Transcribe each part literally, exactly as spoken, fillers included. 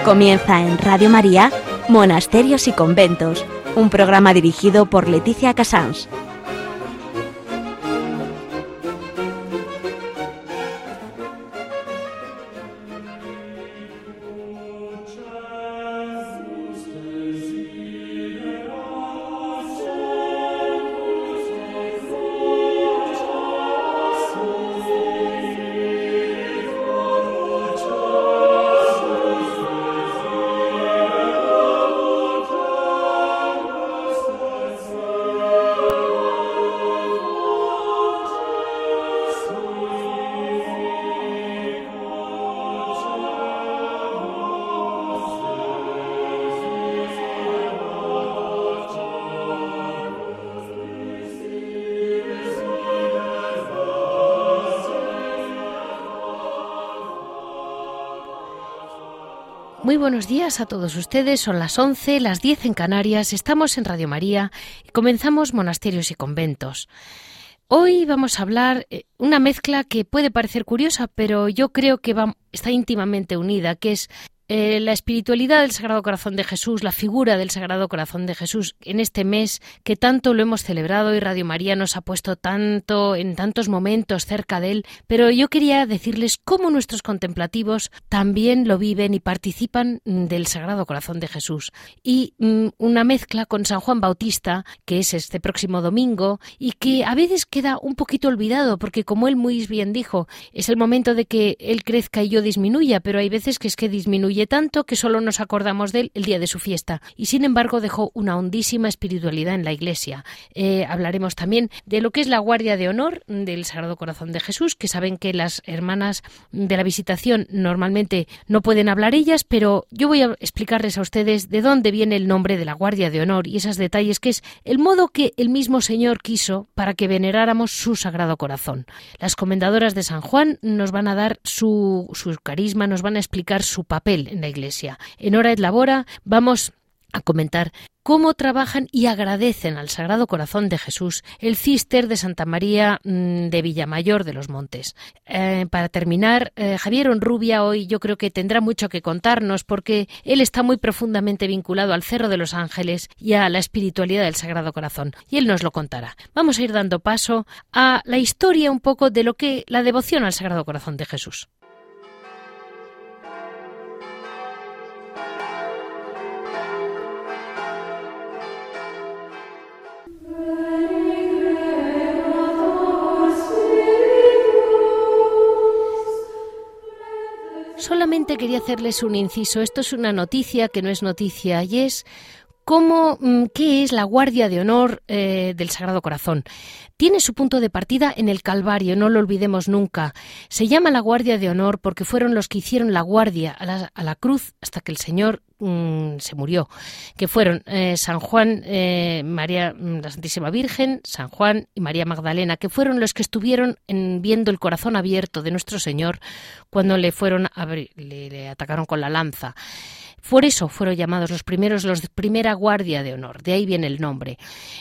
Comienza en Radio María, Monasterios y Conventos, un programa dirigido por Leticia Casans. Muy buenos días a todos ustedes, son las once, las diez en Canarias, estamos en Radio María y comenzamos Monasterios y Conventos. Hoy vamos a hablar eh, una mezcla que puede parecer curiosa, pero yo creo que va, está íntimamente unida, que es eh, la espiritualidad del Sagrado Corazón de Jesús, la figura del Sagrado Corazón de Jesús en este mes que tanto lo hemos celebrado y Radio María nos ha puesto tanto en tantos momentos cerca de él, pero yo quería decirles cómo nuestros contemplativos también lo viven y participan del Sagrado Corazón de Jesús. Y mm, una mezcla con San Juan Bautista, que es este próximo domingo, y que a veces queda un poquito olvidado, porque como él muy bien dijo, es el momento de que él crezca y yo disminuya, pero hay veces que es que disminuye tanto que solo nos acordamos de él el día de su fiesta, y sin embargo dejó una hondísima espiritualidad en la Iglesia. Eh, hablaremos también de lo que es la Guardia de Honor del Sagrado Corazón de Jesús, que saben que las hermanas de la Visitación normalmente no pueden hablar ellas, pero yo voy a explicarles a ustedes de dónde viene el nombre de la Guardia de Honor y esos detalles, que es el modo que el mismo Señor quiso para que veneráramos su Sagrado Corazón. Las comendadoras de San Juan nos van a dar su, su carisma, nos van a explicar su papel en la Iglesia. En Hora et Labora vamos a comentar cómo trabajan y agradecen al Sagrado Corazón de Jesús el Cister de Santa María de Villamayor de los Montes. Eh, para terminar, eh, Javier Onrubia hoy yo creo que tendrá mucho que contarnos, porque él está muy profundamente vinculado al Cerro de los Ángeles y a la espiritualidad del Sagrado Corazón, y él nos lo contará. Vamos a ir dando paso a la historia un poco de lo que la devoción al Sagrado Corazón de Jesús. Solamente quería hacerles un inciso. Esto es una noticia que no es noticia, y es cómo, qué es la Guardia de Honor eh, del Sagrado Corazón. Tiene su punto de partida en el Calvario, no lo olvidemos nunca. Se llama la Guardia de Honor porque fueron los que hicieron la guardia a la, a la cruz hasta que el Señor mmm, se murió, que fueron eh, San Juan, eh, María, la Santísima Virgen, San Juan y María Magdalena, que fueron los que estuvieron en, viendo el corazón abierto de nuestro Señor cuando le fueron a, le, le atacaron con la lanza. Por eso fueron llamados los primeros, los de primera Guardia de Honor, de ahí viene el nombre.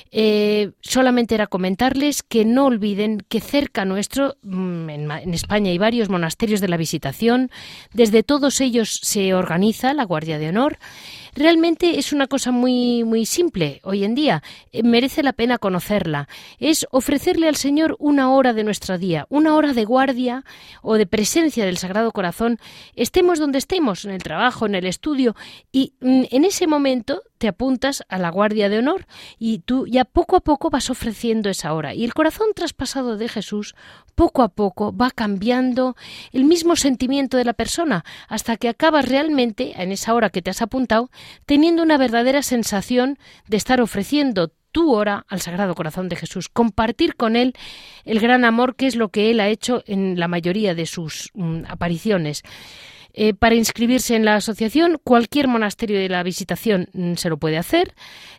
Eh, solamente era comentarles que no olviden que cerca nuestro, en, en España hay varios monasterios de la Visitación, desde todos ellos se organiza la Guardia de Honor. Realmente es una cosa muy, muy simple hoy en día, eh, merece la pena conocerla. Es ofrecerle al Señor una hora de nuestro día, una hora de guardia o de presencia del Sagrado Corazón, estemos donde estemos, en el trabajo, en el estudio, y mm, en ese momento te apuntas a la Guardia de Honor y tú ya poco a poco vas ofreciendo esa hora. Y el corazón traspasado de Jesús poco a poco va cambiando el mismo sentimiento de la persona hasta que acabas realmente, en esa hora que te has apuntado, teniendo una verdadera sensación de estar ofreciendo tu hora al Sagrado Corazón de Jesús, compartir con él el gran amor, que es lo que él ha hecho en la mayoría de sus um, apariciones. Eh, para inscribirse en la asociación, cualquier monasterio de la Visitación mm, se lo puede hacer.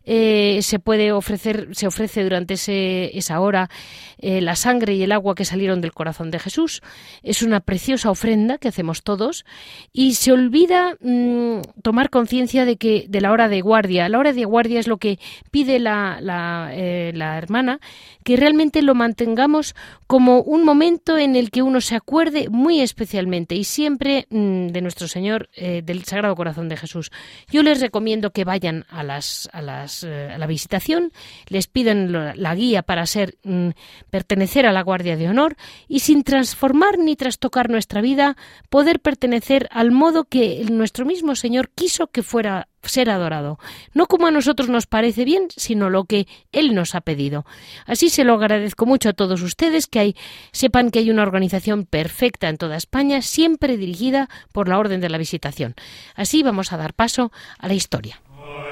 Eh, se puede ofrecer, se ofrece durante ese, esa hora eh, la sangre y el agua que salieron del corazón de Jesús. Es una preciosa ofrenda que hacemos todos, y se olvida mmm, tomar conciencia de que de la hora de guardia. La hora de guardia es lo que pide la, la, eh, la hermana, que realmente lo mantengamos como un momento en el que uno se acuerde muy especialmente y siempre mmm, de nuestro Señor, eh, del Sagrado Corazón de Jesús. Yo les recomiendo que vayan a, las, a, las, eh, a la visitación, les pidan la, la guía para ser mm, pertenecer a la Guardia de Honor y sin transformar ni trastocar nuestra vida, poder pertenecer al modo que nuestro mismo Señor quiso que fuera ser adorado, no como a nosotros nos parece bien, sino lo que Él nos ha pedido. Así se lo agradezco mucho a todos ustedes, que hay, sepan que hay una organización perfecta en toda España, siempre dirigida por la Orden de la Visitación. Así vamos a dar paso a la historia.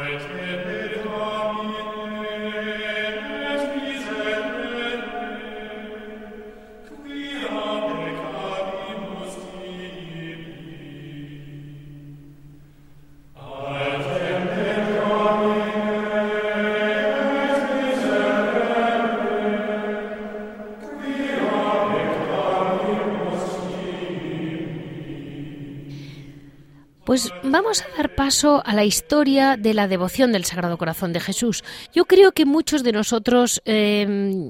Pues vamos a dar paso a la historia de la devoción del Sagrado Corazón de Jesús. Yo creo que muchos de nosotros, eh,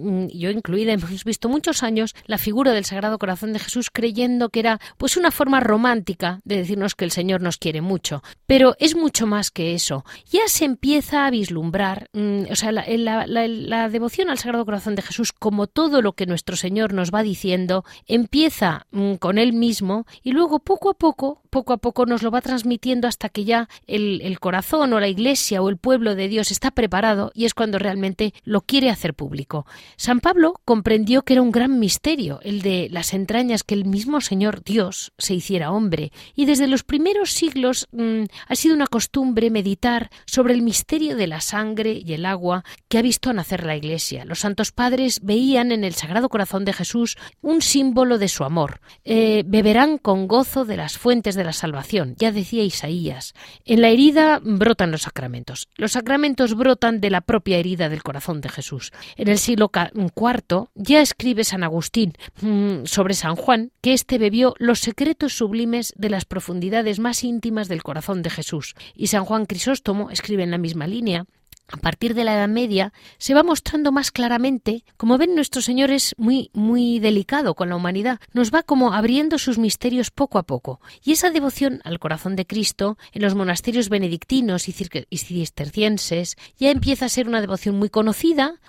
yo incluida, hemos visto muchos años la figura del Sagrado Corazón de Jesús creyendo que era pues una forma romántica de decirnos que el Señor nos quiere mucho. Pero es mucho más que eso. Ya se empieza a vislumbrar, mmm, o sea, la, la, la, la devoción al Sagrado Corazón de Jesús, como todo lo que nuestro Señor nos va diciendo, empieza mmm, con Él mismo y luego poco a poco, poco a poco nos lo va transmitiendo hasta que ya el, el corazón o la Iglesia o el pueblo de Dios está preparado y es cuando realmente lo quiere hacer público. San Pablo comprendió que era un gran misterio el de las entrañas, que el mismo Señor Dios se hiciera hombre, y desde los primeros siglos mmm, ha sido una costumbre meditar sobre el misterio de la sangre y el agua que ha visto nacer la Iglesia. Los santos padres veían en el Sagrado Corazón de Jesús un símbolo de su amor. Eh, beberán con gozo de las fuentes de la salvación, ya decía Isaías. En la herida brotan los sacramentos. Los sacramentos brotan de la propia herida del corazón de Jesús. En el siglo cuarto ya escribe San Agustín mmm, sobre San Juan que éste bebió los secretos sublimes de las profundidades más íntimas del corazón de Jesús. Y San Juan Crisóstomo escribe en la misma línea: a partir de la Edad Media se va mostrando más claramente, como ven, nuestro Señor es muy, muy delicado con la humanidad, nos va como abriendo sus misterios poco a poco. Y esa devoción al corazón de Cristo en los monasterios benedictinos y cistercienses ya empieza a ser una devoción muy conocida.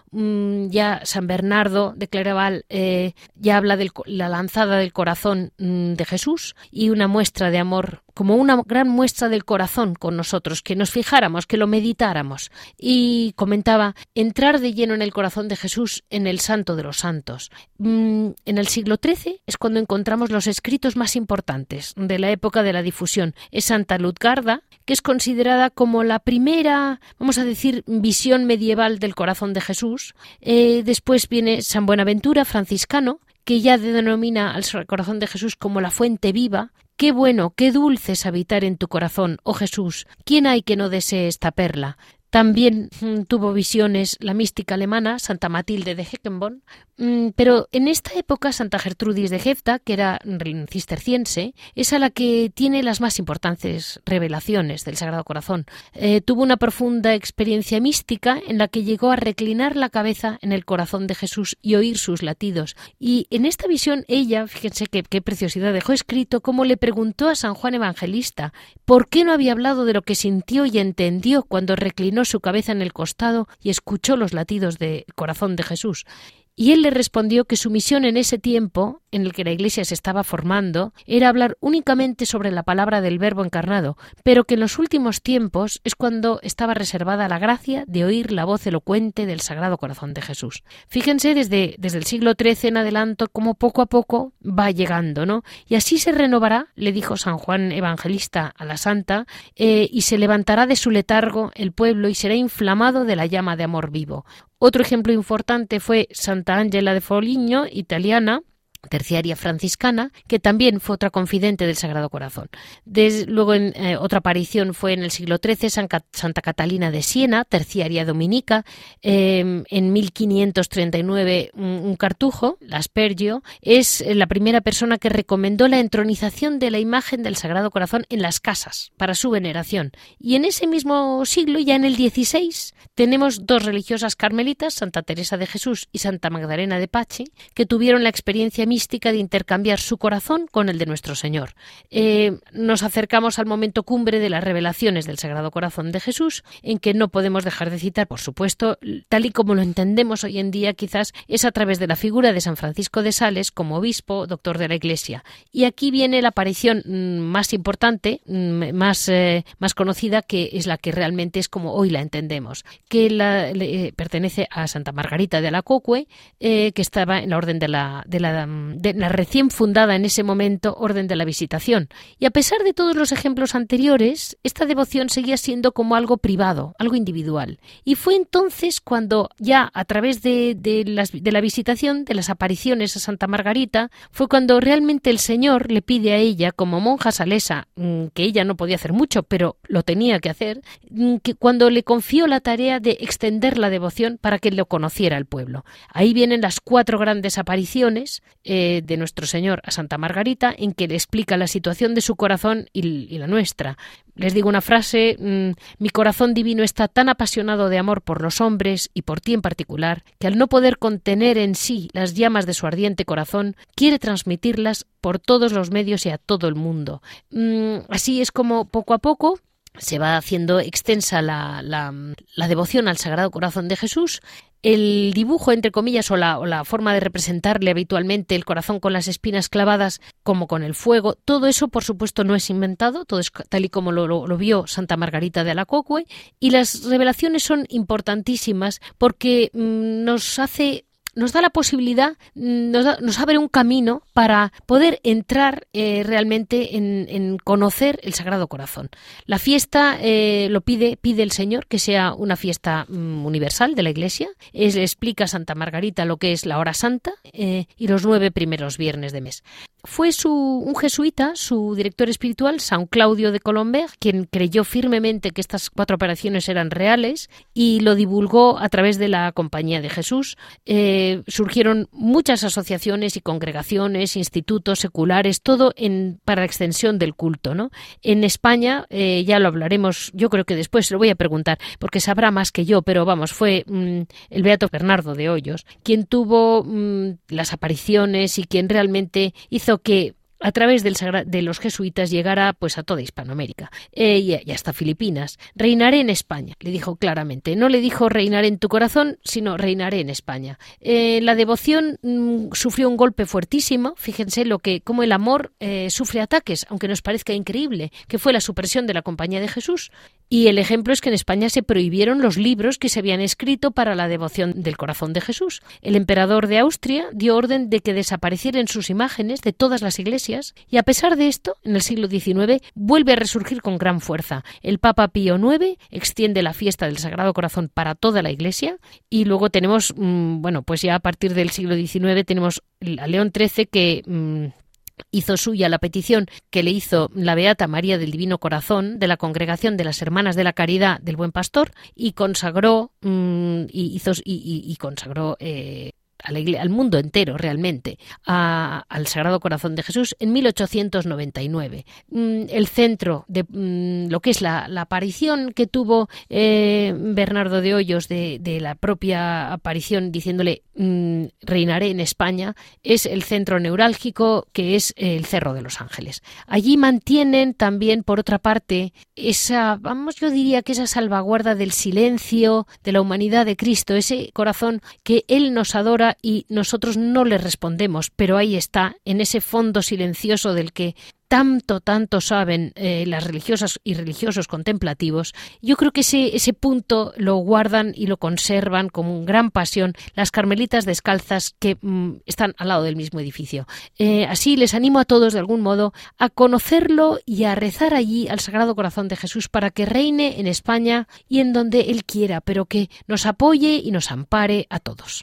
Ya San Bernardo de Claraval eh, ya habla de la lanzada del corazón de Jesús y una muestra de amor, como una gran muestra del corazón con nosotros, que nos fijáramos, que lo meditáramos. Y comentaba, entrar de lleno en el corazón de Jesús en el Santo de los Santos. En el siglo trece es cuando encontramos los escritos más importantes de la época de la difusión. Es Santa Lutgarda, que es considerada como la primera, vamos a decir, visión medieval del corazón de Jesús. Eh, después viene San Buenaventura, franciscano, que ya denomina al corazón de Jesús como la fuente viva. Qué bueno, qué dulce es habitar en tu corazón, oh Jesús. ¿Quién hay que no desee esta perla? También mmm, tuvo visiones la mística alemana, Santa Matilde de Heckenborn, mmm, pero en esta época Santa Gertrudis de Jefta, que era cisterciense, es a la que tiene las más importantes revelaciones del Sagrado Corazón. Eh, tuvo una profunda experiencia mística en la que llegó a reclinar la cabeza en el corazón de Jesús y oír sus latidos. Y en esta visión ella, fíjense qué, qué preciosidad, dejó escrito cómo le preguntó a San Juan Evangelista por qué no había hablado de lo que sintió y entendió cuando reclinó su cabeza en el costado y escuchó los latidos del corazón de Jesús. Y él le respondió que su misión en ese tiempo, en el que la Iglesia se estaba formando, era hablar únicamente sobre la palabra del Verbo encarnado, pero que en los últimos tiempos es cuando estaba reservada la gracia de oír la voz elocuente del Sagrado Corazón de Jesús. Fíjense desde, desde el siglo trece en adelante cómo poco a poco va llegando, ¿no? Y así se renovará, le dijo San Juan Evangelista a la Santa, eh, y se levantará de su letargo el pueblo y será inflamado de la llama de amor vivo. Otro ejemplo importante fue Santa Ángela de Foligno, italiana, terciaria franciscana, que también fue otra confidente del Sagrado Corazón. Desde, luego, en, eh, otra aparición fue en el siglo trece San Cat- Santa Catalina de Siena, terciaria dominica. Eh, en mil quinientos treinta y nueve, un, un cartujo, Aspergio, es la primera persona que recomendó la entronización de la imagen del Sagrado Corazón en las casas para su veneración. Y en ese mismo siglo, ya en el dieciséis, tenemos dos religiosas carmelitas, Santa Teresa de Jesús y Santa Magdalena de Pachi, que tuvieron la experiencia mística de intercambiar su corazón con el de nuestro Señor. Eh, nos acercamos al momento cumbre de las revelaciones del Sagrado Corazón de Jesús, en que no podemos dejar de citar, por supuesto, tal y como lo entendemos hoy en día, quizás es a través de la figura de San Francisco de Sales como obispo, doctor de la Iglesia. Y aquí viene la aparición mmm, más importante, mmm, más, eh, más conocida, que es la que realmente es como hoy la entendemos, que la, le, eh, pertenece a Santa Margarita de Alacoque, eh, que estaba en la orden de la, de, la, de la recién fundada en ese momento Orden de la Visitación. Y a pesar de todos los ejemplos anteriores, esta devoción seguía siendo como algo privado, algo individual. Y fue entonces cuando ya a través de, de, las, de la visitación, de las apariciones a Santa Margarita, fue cuando realmente el Señor le pide a ella, como monja salesa, que ella no podía hacer mucho, pero lo tenía que hacer, que cuando le confió la tarea de extender la devoción para que lo conociera el pueblo. Ahí vienen las cuatro grandes apariciones eh, de nuestro Señor a Santa Margarita, en que le explica la situación de su corazón y, y la nuestra. Les digo una frase, mmm, mi corazón divino está tan apasionado de amor por los hombres y por ti en particular, que al no poder contener en sí las llamas de su ardiente corazón, quiere transmitirlas por todos los medios y a todo el mundo. Mm, así es como poco a poco se va haciendo extensa la, la, la devoción al Sagrado Corazón de Jesús. El dibujo, entre comillas, o la, o la forma de representarle habitualmente el corazón con las espinas clavadas, como con el fuego, todo eso, por supuesto, no es inventado, todo es tal y como lo, lo, lo vio Santa Margarita de Alacoque, y las revelaciones son importantísimas porque mmm, nos hace... nos da la posibilidad, nos, da, nos abre un camino para poder entrar eh, realmente en, en conocer el Sagrado Corazón. La fiesta eh, lo pide, pide el Señor que sea una fiesta um, universal de la Iglesia. Es, le explica a Santa Margarita lo que es la hora santa eh, y los nueve primeros viernes de mes. Fue su, un jesuita, su director espiritual, San Claudio de Colomber, quien creyó firmemente que estas cuatro operaciones eran reales y lo divulgó a través de la Compañía de Jesús. Eh, surgieron muchas asociaciones y congregaciones, institutos seculares, todo en, para la extensión del culto, ¿no? En España, eh, ya lo hablaremos, yo creo que después se lo voy a preguntar, porque sabrá más que yo, pero vamos, fue mmm, el beato Bernardo de Hoyos quien tuvo mmm, las apariciones y quien realmente hizo que a través del sagra- de los jesuitas llegara pues a toda Hispanoamérica eh, y, y hasta Filipinas. Reinaré en España, le dijo claramente. No le dijo reinaré en tu corazón, sino reinaré en España. Eh, la devoción mmm, sufrió un golpe fuertísimo. Fíjense lo que, cómo el amor eh, sufre ataques, aunque nos parezca increíble, que fue la supresión de la Compañía de Jesús. Y el ejemplo es que en España se prohibieron los libros que se habían escrito para la devoción del corazón de Jesús. El emperador de Austria dio orden de que desaparecieran sus imágenes de todas las iglesias y a pesar de esto, en el siglo diecinueve vuelve a resurgir con gran fuerza. El Papa Pío noveno extiende la fiesta del Sagrado Corazón para toda la Iglesia y luego tenemos, mmm, bueno, pues ya a partir del siglo diecinueve tenemos a León trece que... Mmm, hizo suya la petición que le hizo la Beata María del Divino Corazón de la Congregación de las Hermanas de la Caridad del Buen Pastor y consagró mmm, y hizo y, y, y consagró eh, a la iglesia, al mundo entero realmente, a, al Sagrado Corazón de Jesús en mil ochocientos noventa y nueve. Mm, el centro de mm, lo que es la, la aparición que tuvo eh, Bernardo de Hoyos de, de la propia aparición diciéndole mm, reinaré en España, es el centro neurálgico que es el Cerro de los Ángeles. Allí mantienen también, por otra parte, esa, vamos, yo diría que esa salvaguarda del silencio, de la humanidad de Cristo, ese corazón que Él nos adora y nosotros no le respondemos, pero ahí está, en ese fondo silencioso del que tanto, tanto saben eh, las religiosas y religiosos contemplativos. Yo creo que ese, ese punto lo guardan y lo conservan con gran pasión las carmelitas descalzas que mm, están al lado del mismo edificio. Eh, así les animo a todos de algún modo a conocerlo y a rezar allí al Sagrado Corazón de Jesús para que reine en España y en donde Él quiera, pero que nos apoye y nos ampare a todos.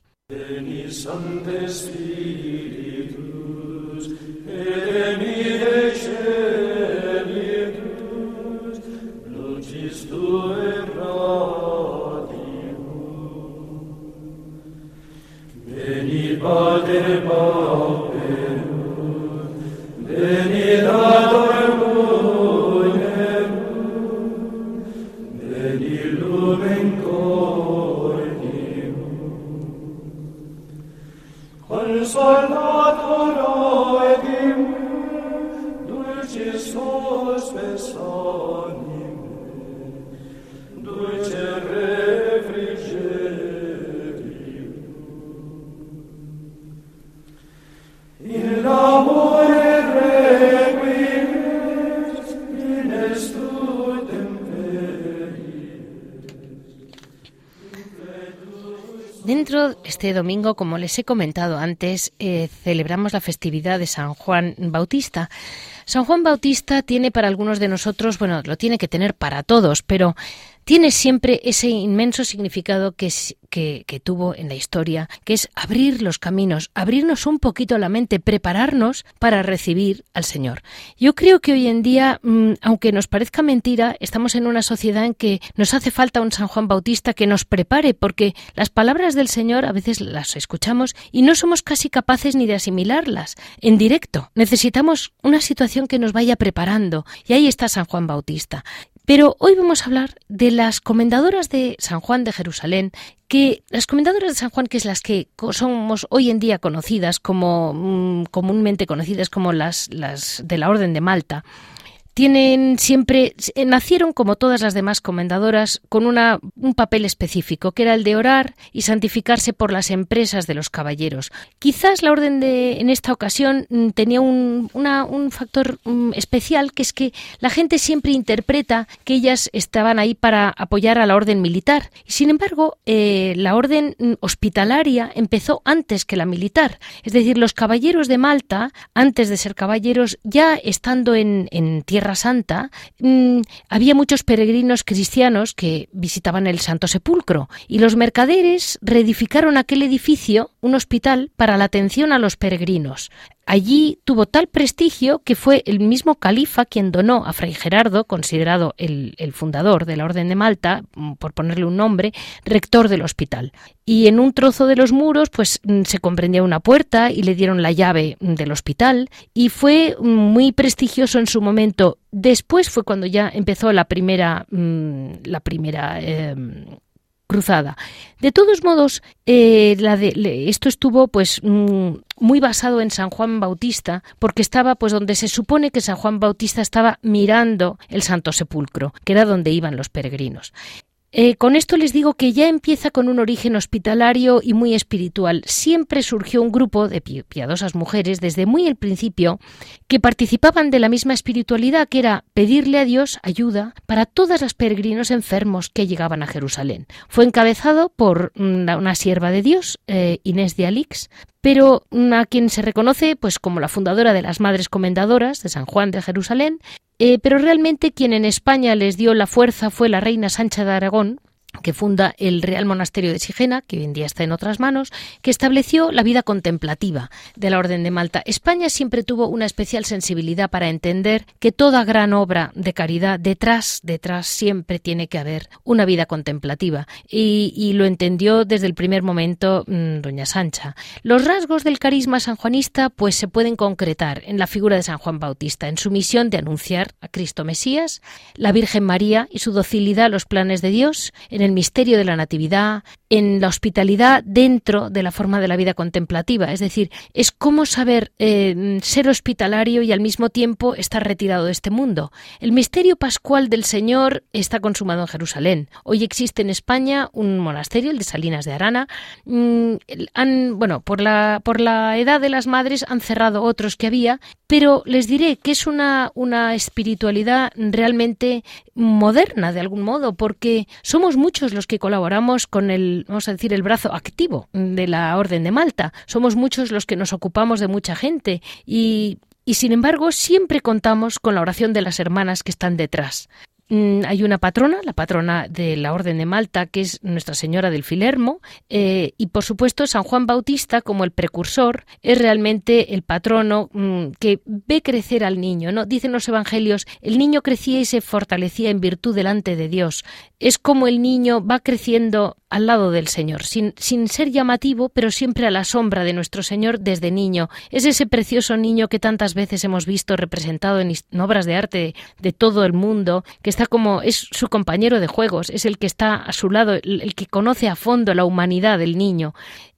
So Dentro este domingo, como les he comentado antes, eh, celebramos la festividad de San Juan Bautista. San Juan Bautista tiene para algunos de nosotros, bueno, lo tiene que tener para todos, pero tiene siempre ese inmenso significado que, que, que tuvo en la historia, que es abrir los caminos, abrirnos un poquito la mente, prepararnos para recibir al Señor. Yo creo que hoy en día, mmm, aunque nos parezca mentira, estamos en una sociedad en que nos hace falta un San Juan Bautista que nos prepare, porque las palabras del Señor a veces las escuchamos y no somos casi capaces ni de asimilarlas en directo. Necesitamos una situación que nos vaya preparando, y ahí está San Juan Bautista. Pero hoy vamos a hablar de las comendadoras de San Juan de Jerusalén, que las comendadoras de San Juan, que es las que somos hoy en día conocidas como, mmm, comúnmente conocidas como las, las de la Orden de Malta, tienen siempre, nacieron como todas las demás comendadoras con una, un papel específico, que era el de orar y santificarse por las empresas de los caballeros. Quizás la orden de, en esta ocasión tenía un, una, un factor um, especial, que es que la gente siempre interpreta que ellas estaban ahí para apoyar a la orden militar. Y sin embargo, eh, la orden hospitalaria empezó antes que la militar. Es decir, los caballeros de Malta, antes de ser caballeros, ya estando en, en tierra Santa, mmm, había muchos peregrinos cristianos que visitaban el Santo Sepulcro, y los mercaderes reedificaron aquel edificio, un hospital, para la atención a los peregrinos. Allí tuvo tal prestigio que fue el mismo califa quien donó a Fray Gerardo, considerado el, el fundador de la Orden de Malta, por ponerle un nombre, rector del hospital. Y en un trozo de los muros pues se comprendía una puerta y le dieron la llave del hospital, y fue muy prestigioso en su momento. Después fue cuando ya empezó la primera, la primera eh, cruzada. De todos modos, eh, la de, le, esto estuvo pues mm, muy basado en San Juan Bautista, porque estaba pues donde se supone que San Juan Bautista estaba mirando el Santo Sepulcro, que era donde iban los peregrinos. Eh, con esto les digo que ya empieza con un origen hospitalario y muy espiritual. Siempre surgió un grupo de pi- piadosas mujeres desde muy el principio que participaban de la misma espiritualidad, que era pedirle a Dios ayuda para todas las peregrinos enfermos que llegaban a Jerusalén. Fue encabezado por una, una sierva de Dios, eh, Inés de Alix, pero a quien se reconoce pues como la fundadora de las Madres Comendadoras de San Juan de Jerusalén, eh, pero realmente quien en España les dio la fuerza fue la reina Sancha de Aragón, que funda el Real Monasterio de Sigena, que hoy en día está en otras manos, que estableció la vida contemplativa de la Orden de Malta. España siempre tuvo una especial sensibilidad para entender que toda gran obra de caridad, detrás, detrás siempre tiene que haber una vida contemplativa, y, y lo entendió desde el primer momento mmm, doña Sancha. Los rasgos del carisma sanjuanista pues se pueden concretar en la figura de San Juan Bautista, en su misión de anunciar a Cristo Mesías, la Virgen María y su docilidad a los planes de Dios, en el misterio de la Natividad, en la hospitalidad dentro de la forma de la vida contemplativa. Es decir, es cómo saber eh, ser hospitalario y al mismo tiempo estar retirado de este mundo. El misterio pascual del Señor está consumado en Jerusalén. Hoy existe en España un monasterio, el de Salinas de Arana. Mm, han, bueno, por la, por la edad de las madres han cerrado otros que había, pero les diré que es una, una espiritualidad realmente moderna de algún modo, porque somos muchos los que colaboramos con el, vamos a decir, el brazo activo de la Orden de Malta. Somos muchos los que nos ocupamos de mucha gente y, y sin embargo siempre contamos con la oración de las hermanas que están detrás. Hay una patrona, la patrona de la Orden de Malta, que es Nuestra Señora del Filermo, eh, y por supuesto San Juan Bautista, como el precursor, es realmente el patrono mmm, que ve crecer al niño, ¿no? Dicen los evangelios, el niño crecía y se fortalecía en virtud delante de Dios. Es como el niño va creciendo al lado del Señor, sin, sin ser llamativo, pero siempre a la sombra de nuestro Señor desde niño. Es ese precioso niño que tantas veces hemos visto representado en, en obras de arte de, de todo el mundo, que está como, es su compañero de juegos, es el que está a su lado, el, el que conoce a fondo la humanidad del niño.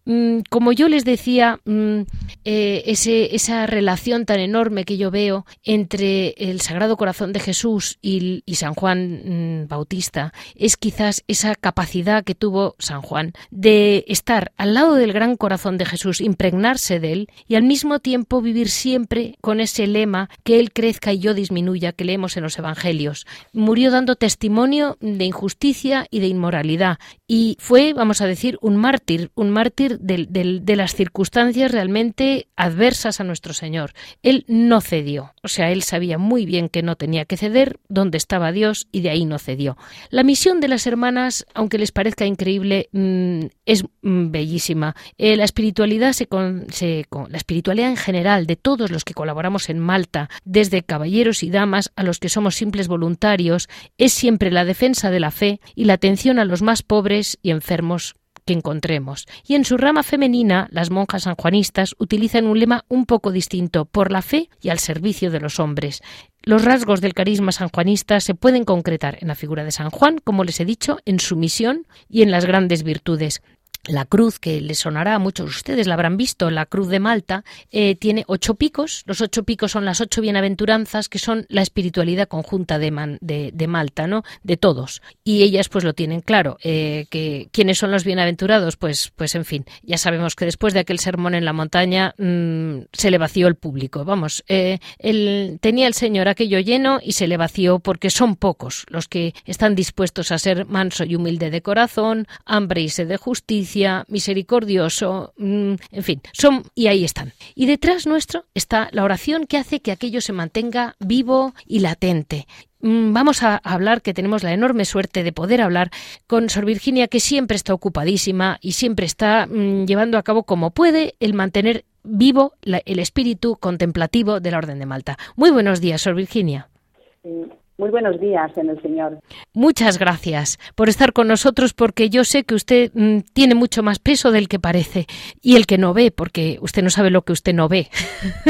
mmm, como yo les decía, mmm, eh, ese, esa relación tan enorme que yo veo entre el Sagrado Corazón de Jesús y, y San Juan mmm, Bautista, es quizás esa capacidad que tuvo San Juan de estar al lado del gran corazón de Jesús, impregnarse de él y al mismo tiempo vivir siempre con ese lema que él crezca y yo disminuya, que leemos en los Evangelios. Murió dando testimonio de injusticia y de inmoralidad y fue, vamos a decir, un mártir, un mártir de, de, de las circunstancias realmente adversas a nuestro Señor. Él no cedió, o sea, él sabía muy bien que no tenía que ceder, dónde estaba Dios, y de ahí no cedió. La misión de las hermanas, aunque les parezca increíble, mmm, es mmm, bellísima. Eh, la espiritualidad se, con, se con, la espiritualidad en general de todos los que colaboramos en Malta, desde caballeros y damas a los que somos simples voluntarios, es siempre la defensa de la fe y la atención a los más pobres y enfermos que encontremos. Y en su rama femenina, las monjas sanjuanistas utilizan un lema un poco distinto: por la fe y al servicio de los hombres. Los rasgos del carisma sanjuanista se pueden concretar en la figura de San Juan, como les he dicho, en su misión y en las grandes virtudes. La cruz, que les sonará a muchos de ustedes, la habrán visto, la cruz de Malta, eh, tiene ocho picos. Los ocho picos son las ocho bienaventuranzas, que son la espiritualidad conjunta de, Man, de, de Malta, ¿no? De todos. Y ellas pues lo tienen claro. Eh, que ¿quiénes son los bienaventurados? Pues, pues en fin, ya sabemos que después de aquel sermón en la montaña mmm, se le vació el público. Vamos, eh, el, tenía el Señor aquello lleno y se le vació porque son pocos los que están dispuestos a ser manso y humilde de corazón, hambre y sed de justicia, misericordioso, en fin, son y ahí están. Y detrás nuestro está la oración que hace que aquello se mantenga vivo y latente. Vamos a hablar, que tenemos la enorme suerte de poder hablar con Sor Virginia, que siempre está ocupadísima y siempre está mmm, llevando a cabo como puede el mantener vivo la, el espíritu contemplativo de la Orden de Malta. Muy buenos días, Sor Virginia. Sí. Muy buenos días en el Señor. Muchas gracias por estar con nosotros, porque yo sé que usted mmm, tiene mucho más peso del que parece y el que no ve, porque usted no sabe lo que usted no ve.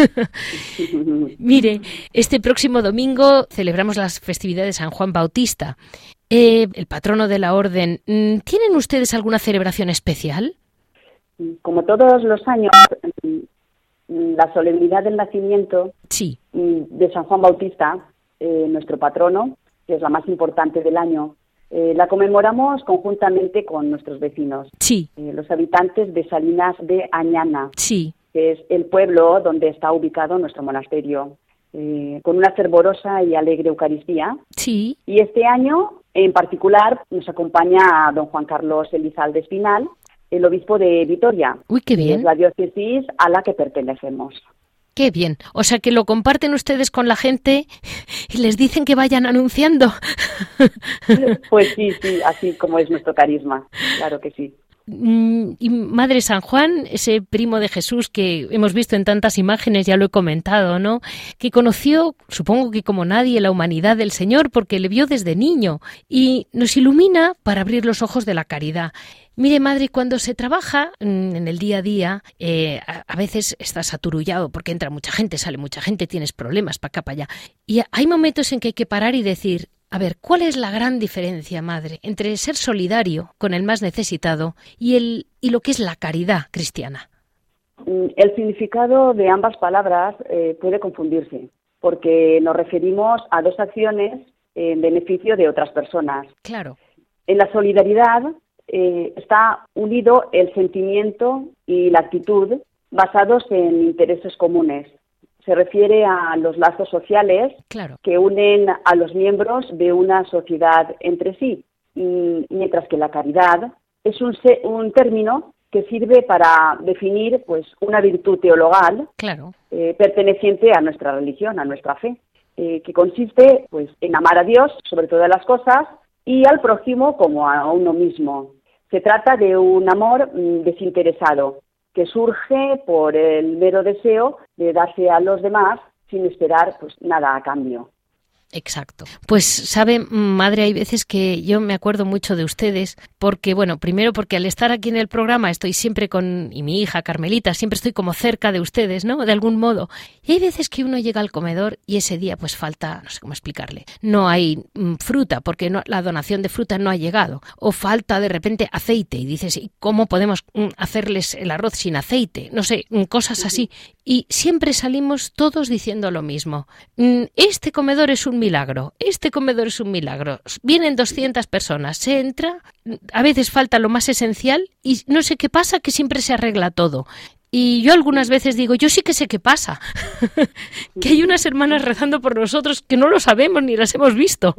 Mire, este próximo domingo celebramos las festividades de San Juan Bautista, eh, el patrono de la Orden. ¿Tienen ustedes alguna celebración especial? Como todos los años, la solemnidad del nacimiento sí. de San Juan Bautista, Eh, nuestro patrono, que es la más importante del año, eh, la conmemoramos conjuntamente con nuestros vecinos, sí. eh, los habitantes de Salinas de Añana, sí. que es el pueblo donde está ubicado nuestro monasterio, eh, con una fervorosa y alegre Eucaristía. Sí. Y este año, en particular, nos acompaña don Juan Carlos Elizalde Espinal, el obispo de Vitoria. Uy, qué bien. Que es la diócesis a la que pertenecemos. Qué bien. O sea, que lo comparten ustedes con la gente y les dicen que vayan anunciando. Pues sí, sí, así como es nuestro carisma, claro que sí. Y Madre San Juan, ese primo de Jesús que hemos visto en tantas imágenes, ya lo he comentado, ¿no? Que conoció, supongo que como nadie, la humanidad del Señor, porque le vio desde niño y nos ilumina para abrir los ojos de la caridad. Mire, Madre, cuando se trabaja en el día a día, eh, a, a veces estás aturullado porque entra mucha gente, sale mucha gente, tienes problemas para acá, para allá. Y hay momentos en que hay que parar y decir, a ver, ¿cuál es la gran diferencia, Madre, entre ser solidario con el más necesitado y, el, y lo que es la caridad cristiana? El significado de ambas palabras eh, puede confundirse, porque nos referimos a dos acciones en beneficio de otras personas. Claro. En la solidaridad eh, está unido el sentimiento y la actitud basados en intereses comunes. Se refiere a los lazos sociales claro. que unen a los miembros de una sociedad entre sí, y, mientras que la caridad es un, un término que sirve para definir pues una virtud teologal claro. eh, perteneciente a nuestra religión, a nuestra fe, eh, que consiste pues en amar a Dios sobre todas las cosas y al prójimo como a uno mismo. Se trata de un amor mm, desinteresado, que surge por el mero deseo de darse a los demás sin esperar pues nada a cambio. Exacto. Pues sabe, madre, hay veces que yo me acuerdo mucho de ustedes porque, bueno, primero porque al estar aquí en el programa estoy siempre con, y mi hija Carmelita, siempre estoy como cerca de ustedes, ¿no? De algún modo. Y hay veces que uno llega al comedor y ese día pues falta, no sé cómo explicarle, no hay mm, fruta porque no, la donación de fruta no ha llegado. O falta de repente aceite y dices, ¿y cómo podemos mm, hacerles el arroz sin aceite? No sé, mm, cosas así. Y siempre salimos todos diciendo lo mismo. Mm, este comedor es un milagro, este comedor es un milagro. Vienen doscientas personas, se entra, a veces falta lo más esencial y no sé qué pasa, que siempre se arregla todo. Y yo algunas veces digo, yo sí que sé qué pasa, que hay unas hermanas rezando por nosotros que no lo sabemos ni las hemos visto.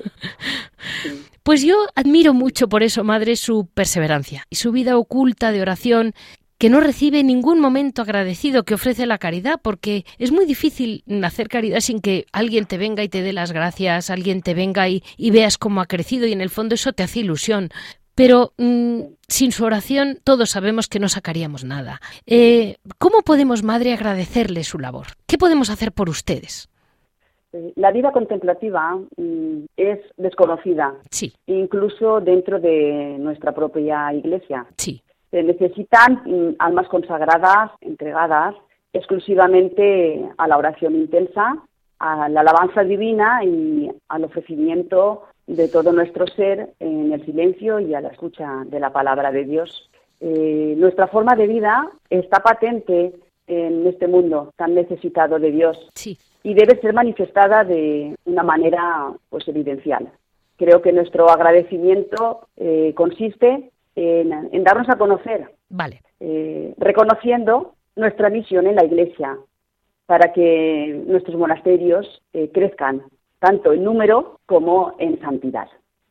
Pues yo admiro mucho por eso, madre, su perseverancia y su vida oculta de oración, que no recibe ningún momento agradecido que ofrece la caridad, porque es muy difícil hacer caridad sin que alguien te venga y te dé las gracias, alguien te venga y, y veas cómo ha crecido, y en el fondo eso te hace ilusión. Pero mmm, sin su oración todos sabemos que no sacaríamos nada. Eh, ¿Cómo podemos, madre, agradecerle su labor? ¿Qué podemos hacer por ustedes? La vida contemplativa mm, es desconocida, sí. Incluso dentro de nuestra propia Iglesia. Sí. Se necesitan mm, almas consagradas, entregadas exclusivamente a la oración intensa, a la alabanza divina y al ofrecimiento de todo nuestro ser en el silencio y a la escucha de la palabra de Dios. Eh, nuestra forma de vida está patente en este mundo tan necesitado de Dios, sí. Y debe ser manifestada de una manera pues evidencial. Creo que nuestro agradecimiento eh, consiste en, en darnos a conocer, vale. eh, reconociendo nuestra misión en la Iglesia, para que nuestros monasterios eh, crezcan, tanto en número como en santidad.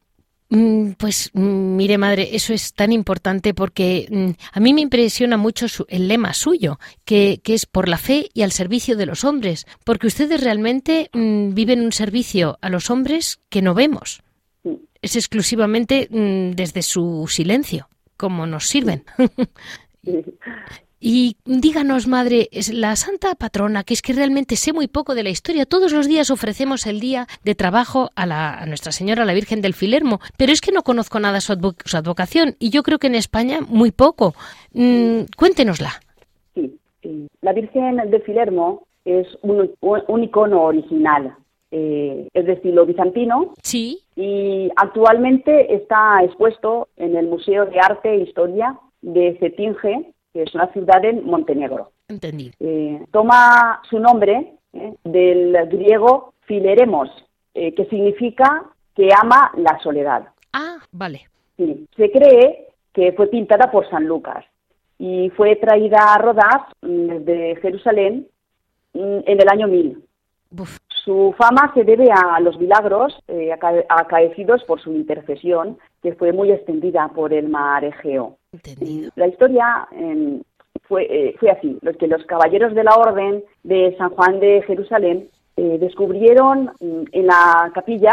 Pues mire, madre, eso es tan importante porque a mí me impresiona mucho su, el lema suyo, que, que es por la fe y al servicio de los hombres, porque ustedes realmente mmm, viven un servicio a los hombres que no vemos. Sí. Es exclusivamente mmm, desde su silencio, como nos sirven. Sí. Y díganos, madre, es la Santa Patrona, que es que realmente sé muy poco de la historia. Todos los días ofrecemos el día de trabajo a, la, a Nuestra Señora, la Virgen del Filermo, pero es que no conozco nada su, advo, su advocación y yo creo que en España muy poco. Mm, cuéntenosla. Sí, sí, la Virgen del Filermo es un, un icono original, eh, es de estilo bizantino. Sí. Y actualmente está expuesto en el Museo de Arte e Historia de Cetinje, que es una ciudad en Montenegro. Entendido. Eh, toma su nombre eh, del griego fileremos, eh, que significa que ama la soledad. Ah, vale. Sí. Se cree que fue pintada por San Lucas y fue traída a Rodas desde Jerusalén en el año mil. Uf. Su fama se debe a los milagros eh, aca- acaecidos por su intercesión, que fue muy extendida por el mar Egeo. Entendido. La historia eh, fue, eh, fue así, los que los caballeros de la Orden de San Juan de Jerusalén eh, descubrieron mm, en la capilla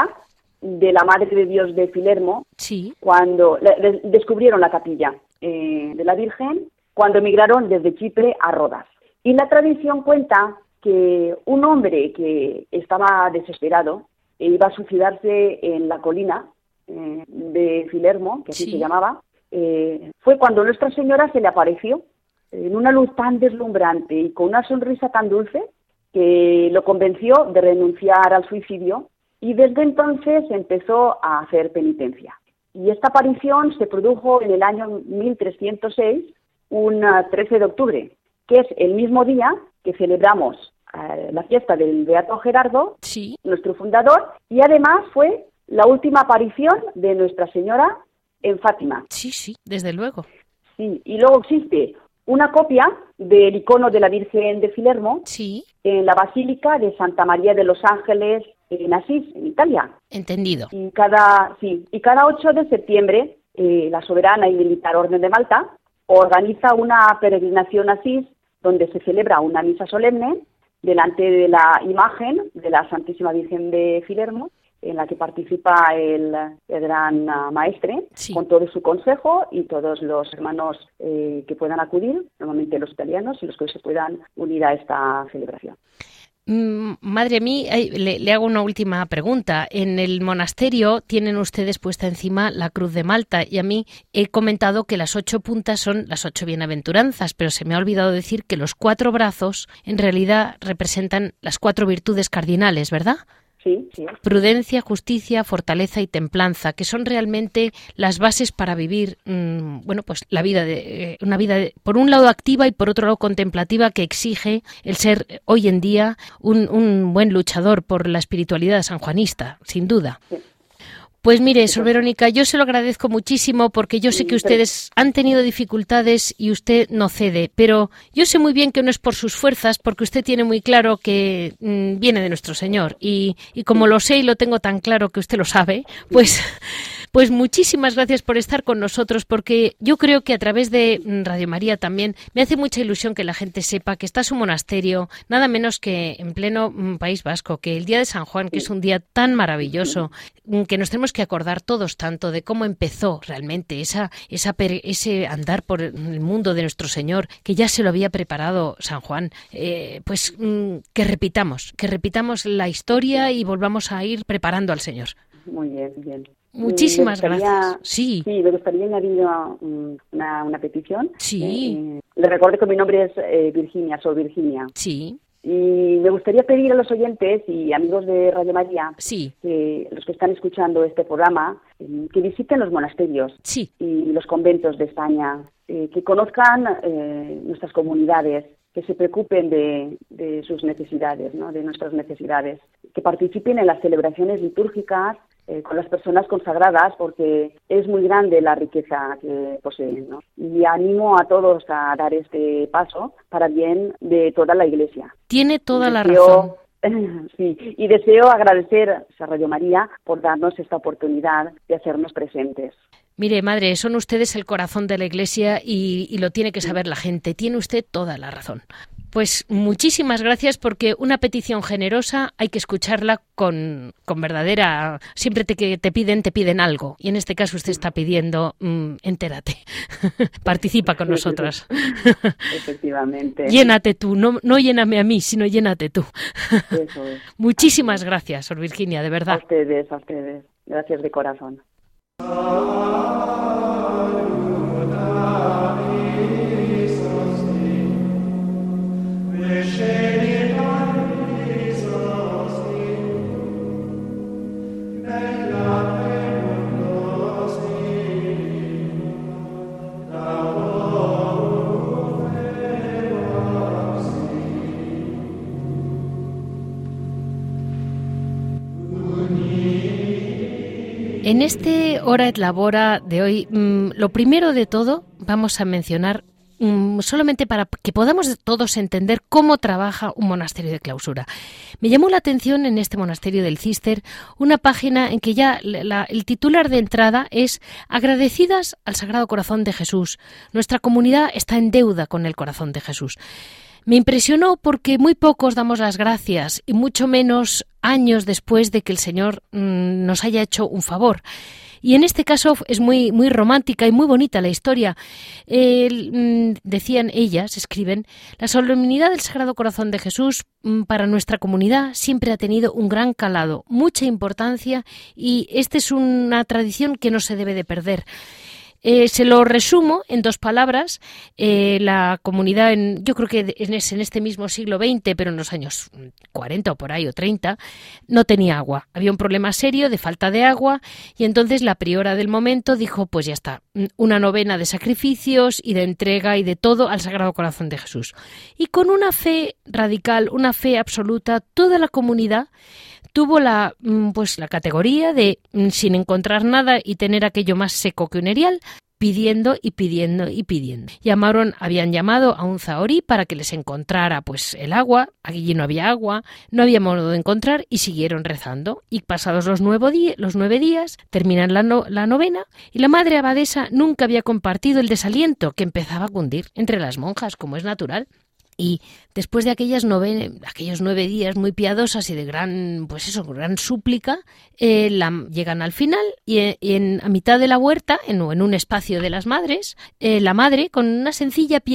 de la Madre de Dios de Filermo, sí. cuando le, de, descubrieron la capilla eh, de la Virgen cuando emigraron desde Chipre a Rodas. Y la tradición cuenta que un hombre que estaba desesperado e iba a suicidarse en la colina eh, de Filermo, que así sí. se llamaba, eh, fue cuando Nuestra Señora se le apareció en una luz tan deslumbrante y con una sonrisa tan dulce que lo convenció de renunciar al suicidio y desde entonces empezó a hacer penitencia. Y esta aparición se produjo en el año mil trescientos seis, un trece de octubre, que es el mismo día que celebramos eh, la fiesta del Beato Gerardo, sí. nuestro fundador, y además fue la última aparición de Nuestra Señora en Fátima. Sí, sí, desde luego. Sí, y luego existe una copia del icono de la Virgen de Filermo sí. en la Basílica de Santa María de los Ángeles en Asís, en Italia. Entendido. Y cada, sí, y cada ocho de septiembre eh, la Soberana y Militar Orden de Malta organiza una peregrinación a Asís donde se celebra una misa solemne delante de la imagen de la Santísima Virgen de Filermo, en la que participa el, el gran uh, maestre, sí. con todo su consejo y todos los hermanos eh, que puedan acudir, normalmente los italianos y los que se puedan unir a esta celebración. Mm, madre mía, le, le hago una última pregunta. En el monasterio tienen ustedes puesta encima la cruz de Malta y a mí he comentado que las ocho puntas son las ocho bienaventuranzas, pero se me ha olvidado decir que los cuatro brazos en realidad representan las cuatro virtudes cardinales, ¿verdad? Sí, sí. Prudencia, justicia, fortaleza y templanza, que son realmente las bases para vivir, mmm, bueno, pues la vida de eh, una vida de, por un lado activa y por otro lado contemplativa, que exige el ser hoy en día un, un buen luchador por la espiritualidad sanjuanista, sin duda. Sí. Pues mire, Sor Verónica, yo se lo agradezco muchísimo porque yo sé que ustedes han tenido dificultades y usted no cede, pero yo sé muy bien que no es por sus fuerzas, porque usted tiene muy claro que mmm, viene de nuestro Señor y, y como lo sé y lo tengo tan claro que usted lo sabe, pues... Pues muchísimas gracias por estar con nosotros, porque yo creo que a través de Radio María también me hace mucha ilusión que la gente sepa que está su monasterio, nada menos que en pleno País Vasco, que el día de San Juan, que es un día tan maravilloso, que nos tenemos que acordar todos tanto de cómo empezó realmente esa, esa ese andar por el mundo de nuestro Señor, que ya se lo había preparado San Juan. Eh, pues que repitamos, que repitamos la historia y volvamos a ir preparando al Señor. Muy bien, bien. Muchísimas gracias. Sí. Sí, me gustaría añadir una, una petición. Sí. Eh, le recuerdo que mi nombre es eh, Virginia, soy Virginia. Sí. Y me gustaría pedir a los oyentes y amigos de Radio María, sí. que los que están escuchando este programa, eh, que visiten los monasterios sí. y los conventos de España, eh, que conozcan eh, nuestras comunidades, que se preocupen de, de sus necesidades, ¿no? De nuestras necesidades, que participen en las celebraciones litúrgicas eh, con las personas consagradas, porque es muy grande la riqueza que poseen, ¿no? Y animo a todos a dar este paso para bien de toda la Iglesia. Tiene toda deseo, la razón. Sí, y deseo agradecer a Radio María por darnos esta oportunidad de hacernos presentes. Mire, madre, son ustedes el corazón de la Iglesia y, y lo tiene que saber la gente. Tiene usted toda la razón. Pues muchísimas gracias, porque una petición generosa hay que escucharla con, con verdadera... Siempre te, que te piden, te piden algo. Y en este caso usted está pidiendo, mmm, entérate, participa con nosotras. Efectivamente. Llénate tú, no, no lléname a mí, sino llénate tú. Eso es. Muchísimas gracias, Sor Virginia, de verdad. A ustedes, a ustedes. Gracias de corazón. En este Hora et Labora de hoy, mmm, lo primero de todo vamos a mencionar, mmm, solamente para que podamos todos entender cómo trabaja un monasterio de clausura. Me llamó la atención en este monasterio del Císter una página en que ya la, el titular de entrada es Agradecidas al Sagrado Corazón de Jesús. Nuestra comunidad está en deuda con el Corazón de Jesús. Me impresionó porque muy pocos damos las gracias, y mucho menos años después de que el Señor mmm, nos haya hecho un favor. Y en este caso es muy, muy romántica y muy bonita la historia. Eh, mmm, decían ellas, escriben, la solemnidad del Sagrado Corazón de Jesús mmm, para nuestra comunidad siempre ha tenido un gran calado, mucha importancia, y esta es una tradición que no se debe de perder. Eh, se lo resumo en dos palabras. Eh, la comunidad, en, yo creo que en, es, en este mismo siglo veinte, pero en los años cuarenta o por ahí, o treinta, no tenía agua. Había un problema serio de falta de agua y entonces la priora del momento dijo, pues ya está, una novena de sacrificios y de entrega y de todo al Sagrado Corazón de Jesús. Y con una fe radical, una fe absoluta, toda la comunidad tuvo la, pues, la categoría de, sin encontrar nada y tener aquello más seco que un erial, pidiendo y pidiendo y pidiendo. Llamaron, habían llamado a un zahorí para que les encontrara pues el agua. Allí no había agua, no había modo de encontrar y siguieron rezando. Y pasados los nueve, días, los nueve días, terminan la, no, la novena y la madre abadesa nunca había compartido el desaliento que empezaba a cundir entre las monjas, como es natural. Y después de aquellas nove, aquellos nueve días muy piadosas y de gran, pues eso, gran súplica, eh, la, llegan al final y, y en, a mitad de la huerta, en, en un espacio de las madres, eh, la madre, con una sencilla piedad,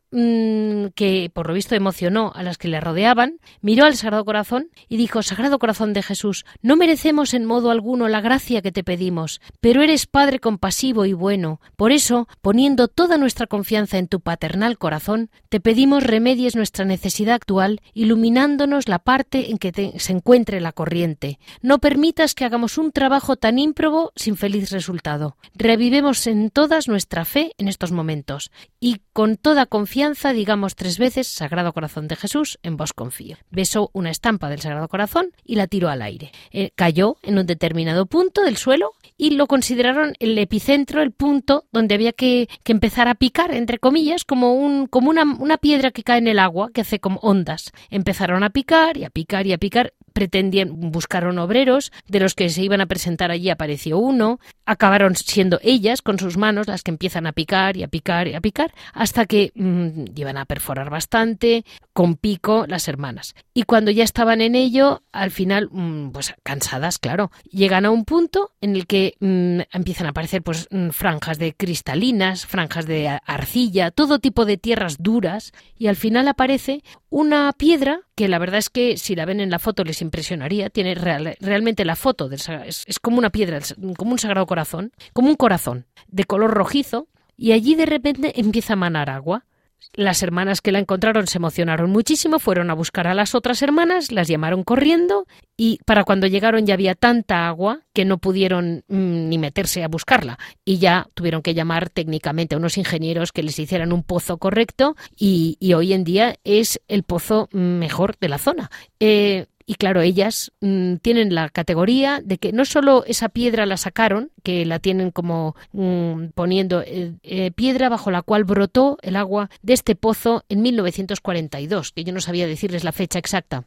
mmm, que por lo visto emocionó a las que le rodeaban, miró al Sagrado Corazón y dijo: Sagrado Corazón de Jesús, no merecemos en modo alguno la gracia que te pedimos, pero eres Padre compasivo y bueno. Por eso, poniendo toda nuestra confianza en tu paternal corazón, te pedimos remedies nuestra necesidad actual, iluminándonos la parte en que te, se encuentre la corriente. No permitas que hagamos un trabajo tan ímprobo sin feliz resultado. Revivemos en todas nuestra fe en estos momentos y con toda confianza digamos tres veces: Sagrado Corazón de Jesús, en vos confío. Besó una estampa del Sagrado Corazón y la tiró al aire. Eh, cayó en un determinado punto del suelo y lo consideraron el epicentro, el punto donde había que, que empezar a picar, entre comillas, como, un, como una, una piedra que cae en el agua, que hace como ondas. Empezaron a picar y a picar y a picar. Pretendían, buscaron obreros, de los que se iban a presentar allí apareció uno, acabaron siendo ellas con sus manos las que empiezan a picar y a picar y a picar, hasta que mmm, iban a perforar bastante, con pico, las hermanas. Y cuando ya estaban en ello, al final, mmm, pues cansadas, claro, llegan a un punto en el que mmm, empiezan a aparecer pues franjas de cristalinas, franjas de arcilla, todo tipo de tierras duras, y al final aparece una piedra que la verdad es que si la ven en la foto les impresionaría. Tiene real, realmente la foto del, es, es como una piedra, como un Sagrado Corazón, como un corazón de color rojizo, y allí de repente empieza a manar agua. Las hermanas que la encontraron se emocionaron muchísimo, fueron a buscar a las otras hermanas, las llamaron corriendo y para cuando llegaron ya había tanta agua que no pudieron mmm, ni meterse a buscarla y ya tuvieron que llamar técnicamente a unos ingenieros que les hicieran un pozo correcto y, y hoy en día es el pozo mejor de la zona. Eh, Y claro, ellas mmm, tienen la categoría de que no solo esa piedra la sacaron, que la tienen como mmm, poniendo eh, eh, piedra bajo la cual brotó el agua de este pozo en mil novecientos cuarenta y dos, que yo no sabía decirles la fecha exacta.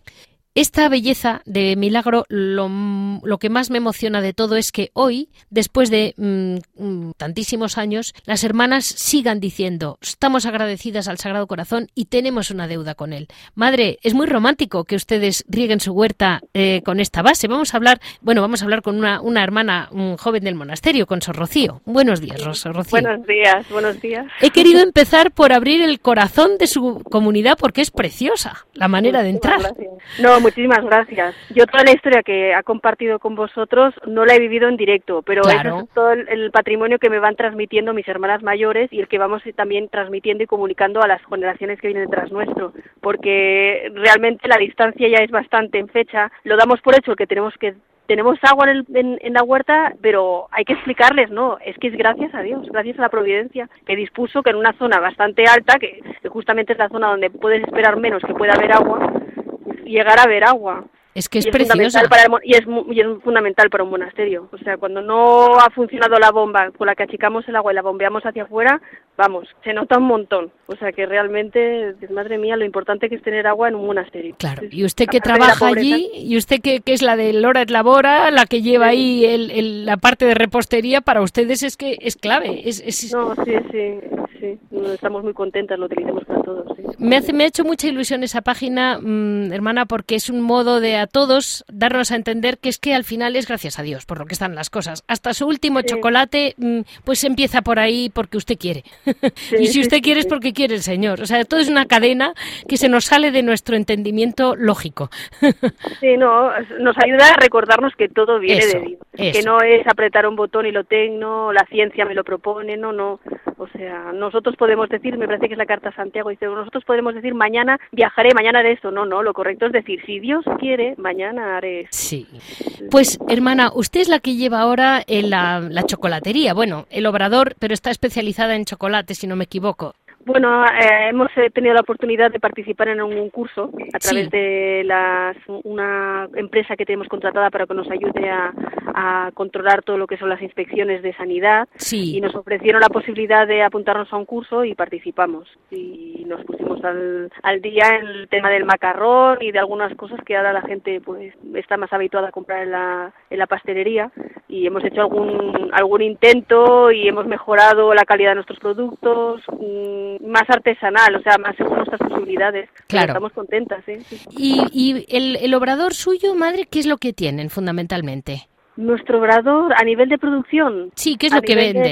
Esta belleza de milagro, lo, lo que más me emociona de todo es que hoy, después de mmm, tantísimos años, las hermanas sigan diciendo: estamos agradecidas al Sagrado Corazón y tenemos una deuda con él. Madre, es muy romántico que ustedes rieguen su huerta eh, con esta base. Vamos a hablar, bueno, vamos a hablar con una, una hermana, un joven del monasterio, con Sor Rocío. Buenos días, Sor Rocío. Buenos días, buenos días. He querido empezar por abrir el corazón de su comunidad porque es preciosa la manera de entrar. No, muchísimas gracias. Yo toda la historia que ha compartido con vosotros no la he vivido en directo, pero claro. Eso es todo el, el patrimonio que me van transmitiendo mis hermanas mayores y el que vamos también transmitiendo y comunicando a las generaciones que vienen detrás nuestro, porque realmente la distancia ya es bastante en fecha. Lo damos por hecho que tenemos que tenemos agua en, el, en, en la huerta, pero hay que explicarles, no, es que es gracias a Dios, gracias a la providencia que dispuso que en una zona bastante alta, que, que justamente es la zona donde puedes esperar menos que pueda haber agua, llegar a ver agua. Es que es, y es preciosa. Para el, y, es, y es fundamental para un monasterio. O sea, cuando no ha funcionado la bomba con la que achicamos el agua y la bombeamos hacia afuera, vamos, se nota un montón. O sea, que realmente, madre mía, lo importante que es tener agua en un monasterio. Claro, y usted que trabaja allí, y usted que, que es la de Lora et Labora, la que lleva sí. ahí el, el, la parte de repostería, para ustedes es que es clave. Es, es... No, sí, sí, sí. Estamos muy contentas, lo utilizamos para todos. Sí. Me, hace, me ha hecho mucha ilusión esa página, mmm, hermana, porque es un modo de a todos darnos a entender que es que al final es gracias a Dios por lo que están las cosas. Hasta su último sí. chocolate, pues empieza por ahí porque usted quiere. Sí, y si usted sí, quiere sí. es porque quiere el Señor. O sea, todo es una cadena que se nos sale de nuestro entendimiento lógico. Sí, no, nos ayuda a recordarnos que todo viene eso, de Dios. Eso. Que no es apretar un botón y lo tengo, la ciencia me lo propone, no, no. O sea, nosotros podemos decir, me parece que es la carta a Santiago, dice, nosotros podemos decir mañana viajaré, mañana haré esto. No, no, lo correcto es decir, si Dios quiere, mañana haré esto. Sí. Pues, hermana, usted es la que lleva ahora en la, la chocolatería, bueno, el obrador, pero está especializada en chocolate, si no me equivoco. Bueno, eh, hemos tenido la oportunidad de participar en un curso a través sí. de las, una empresa que tenemos contratada para que nos ayude a, a controlar todo lo que son las inspecciones de sanidad sí. y nos ofrecieron la posibilidad de apuntarnos a un curso y participamos y nos pusimos al, al día en el tema del macarrón y de algunas cosas que ahora la gente pues está más habituada a comprar en la, en la pastelería y hemos hecho algún, algún intento y hemos mejorado la calidad de nuestros productos, mmm, más artesanal, o sea, más según nuestras posibilidades. Claro. Estamos contentas, ¿eh? Sí. ¿Y, y el, el obrador suyo, madre, qué es lo que tienen fundamentalmente? Nuestro obrador, a nivel de producción... Sí, ¿qué es lo que venden? De,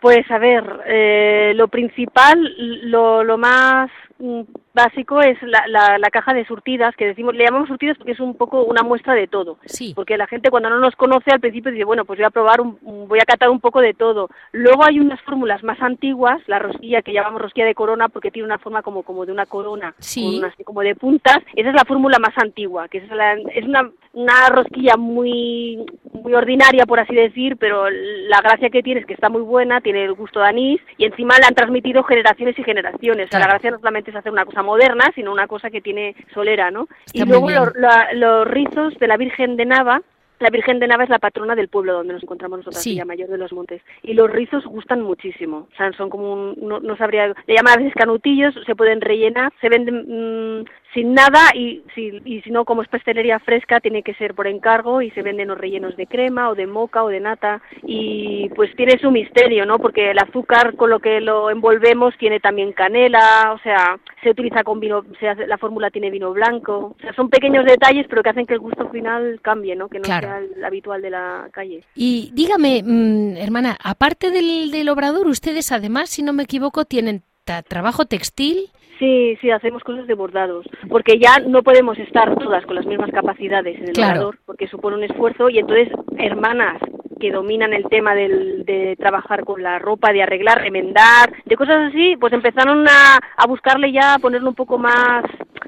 Pues a ver, eh, lo principal, lo, lo más básico es la, la, la caja de surtidas, que decimos, le llamamos surtidas porque es un poco una muestra de todo. Sí. Porque la gente cuando no nos conoce al principio dice, bueno, pues voy a probar, un, voy a catar un poco de todo. Luego hay unas fórmulas más antiguas, la rosquilla que llamamos rosquilla de corona porque tiene una forma como, como de una corona, sí. con unas, como de puntas. Esa es la fórmula más antigua, que es, la, es una, una rosquilla muy, muy ordinaria, por así decir, pero la gracia que tiene es que está muy buena, tiene el gusto de anís y encima la han transmitido generaciones y generaciones. Claro. O sea, la gracia no solamente es hacer una cosa moderna, sino una cosa que tiene solera, ¿no? Está y luego lo, la, los rizos de la Virgen de Nava. La Virgen de Nava es la patrona del pueblo donde nos encontramos nosotros, sí. Villamayor de los Montes. Y los rizos gustan muchísimo. O sea, son como un, no, no sabría, le llaman a veces canutillos, se pueden rellenar, se venden mmm, sin nada y si, y si no, como es pastelería fresca, tiene que ser por encargo y se venden los rellenos de crema o de moca o de nata. Y pues tiene su misterio, ¿no? Porque el azúcar con lo que lo envolvemos tiene también canela, o sea, se utiliza con vino, se hace, la fórmula tiene vino blanco. O sea, son pequeños detalles, pero que hacen que el gusto final cambie, ¿no? Que no claro. sea el habitual de la calle. Y dígame, mmm, hermana, aparte del, del obrador, ustedes además, si no me equivoco, tienen ta- trabajo textil. Sí, sí, hacemos cosas de bordados, porque ya no podemos estar todas con las mismas capacidades en el claro. obrador, porque supone un esfuerzo, y entonces hermanas que dominan el tema del, de trabajar con la ropa, de arreglar, remendar, de cosas así, pues empezaron a, a buscarle ya, a ponerlo un poco más...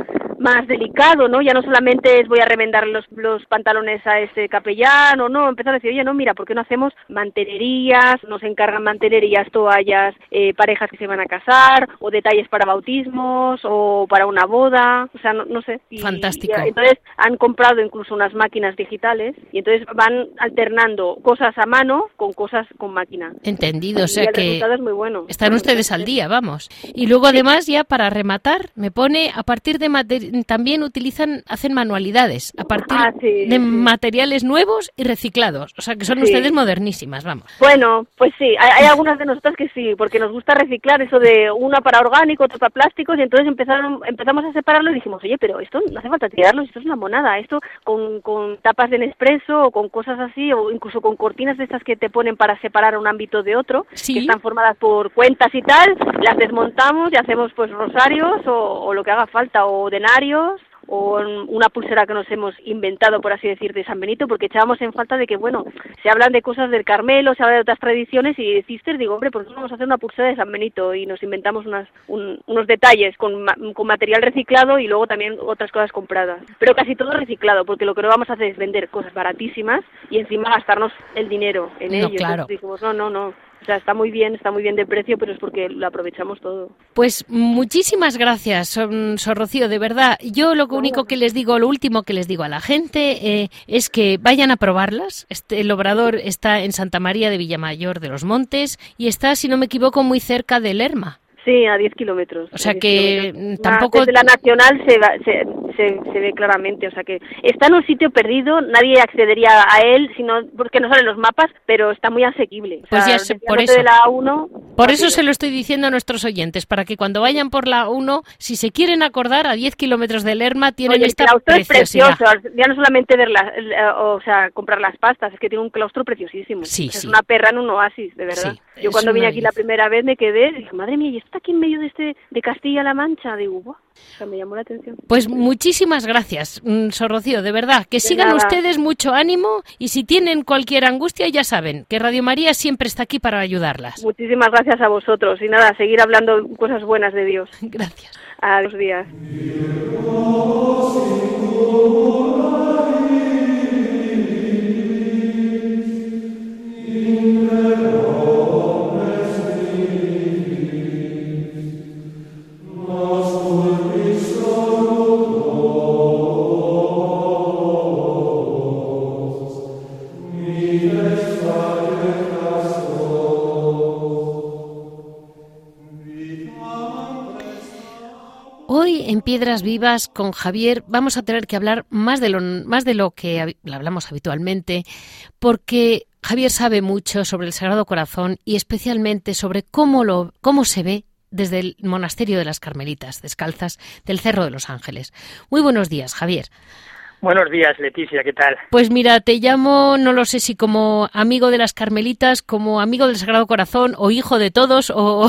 más delicado, ¿no? Ya no solamente es voy a remendar los, los pantalones a este capellán o no, empezar a decir, oye, no, mira, ¿por qué no hacemos mantenerías? Nos encargan mantenerías, toallas, eh, parejas que se van a casar, o detalles para bautismos, o para una boda, o sea, no, no sé. Y, fantástico. Y, entonces han comprado incluso unas máquinas digitales y entonces van alternando cosas a mano con cosas con máquina. Entendido, o sea y el que resultado es muy bueno. Están ustedes al día, vamos. Y luego además ya para rematar, me pone a partir de materiales también utilizan, hacen manualidades a partir ah, sí, de sí. materiales nuevos y reciclados. O sea, que son sí. ustedes modernísimas, vamos. Bueno, pues sí, hay, hay algunas de nosotras que sí, porque nos gusta reciclar eso de una para orgánico, otra para plásticos, y entonces empezaron, empezamos a separarlo y dijimos, oye, pero esto no hace falta tirarlo, esto es una monada, esto con, con tapas de Nespresso o con cosas así, o incluso con cortinas de estas que te ponen para separar un ámbito de otro, ¿sí? que están formadas por cuentas y tal, las desmontamos y hacemos pues rosarios o, o lo que haga falta, o denarios, o una pulsera que nos hemos inventado, por así decir, de San Benito, porque echábamos en falta de que, bueno, se hablan de cosas del Carmelo, se habla de otras tradiciones, y deciste, digo, hombre, ¿por qué no vamos a hacer una pulsera de San Benito? Y nos inventamos unas, un, unos detalles con, con material reciclado y luego también otras cosas compradas. Pero casi todo reciclado, porque lo que no vamos a hacer es vender cosas baratísimas y encima gastarnos el dinero en no, ello. Claro. Entonces dijimos, no, no, no. O sea, está muy bien, está muy bien de precio, pero es porque lo aprovechamos todo. Pues muchísimas gracias, Sor, Sor Rocío, de verdad. Yo lo único que les digo, lo último que les digo a la gente eh, es que vayan a probarlas. Este, el obrador está en Santa María de Villamayor de los Montes y está, si no me equivoco, muy cerca de Lerma. Sí, a diez kilómetros. O sea que kilómetros. tampoco... Desde la Nacional se, va, se, se, se ve claramente, o sea que está en un sitio perdido, nadie accedería a él, sino porque no salen los mapas, pero está muy asequible. O pues sea, ya sé, por eso. De la A uno, por eso se lo estoy diciendo a nuestros oyentes, para que cuando vayan por la A uno, si se quieren acordar, a diez kilómetros de Lerma tienen Oye, esta el claustro preciosidad. Es precioso, ya no solamente ver la, o sea, comprar las pastas, es que tiene un claustro preciosísimo. Sí, o sea, sí. Es una perra en un oasis, de verdad. Sí, Yo cuando vine aquí belleza. la primera vez me quedé, dije, madre mía, ¿y esto está aquí en medio de este de Castilla-La Mancha? Digo, ¡buah! O sea, me llamó la atención. Pues muchísimas gracias, Sor Rocío, de verdad. Que De sigan nada. ustedes mucho ánimo y si tienen cualquier angustia ya saben que Radio María siempre está aquí para ayudarlas. Muchísimas gracias a vosotros y nada, seguir hablando cosas buenas de Dios. Gracias. Adiós días. Hoy en Piedras Vivas con Javier vamos a tener que hablar más de lo, más de lo que hablamos habitualmente, porque Javier sabe mucho sobre el Sagrado Corazón y especialmente sobre cómo, lo, cómo se ve desde el monasterio de las Carmelitas Descalzas del Cerro de los Ángeles. Muy buenos días, Javier. Buenos días, Leticia, ¿qué tal? Pues mira, te llamo, no lo sé si como amigo de las Carmelitas, como amigo del Sagrado Corazón, o hijo de todos, o,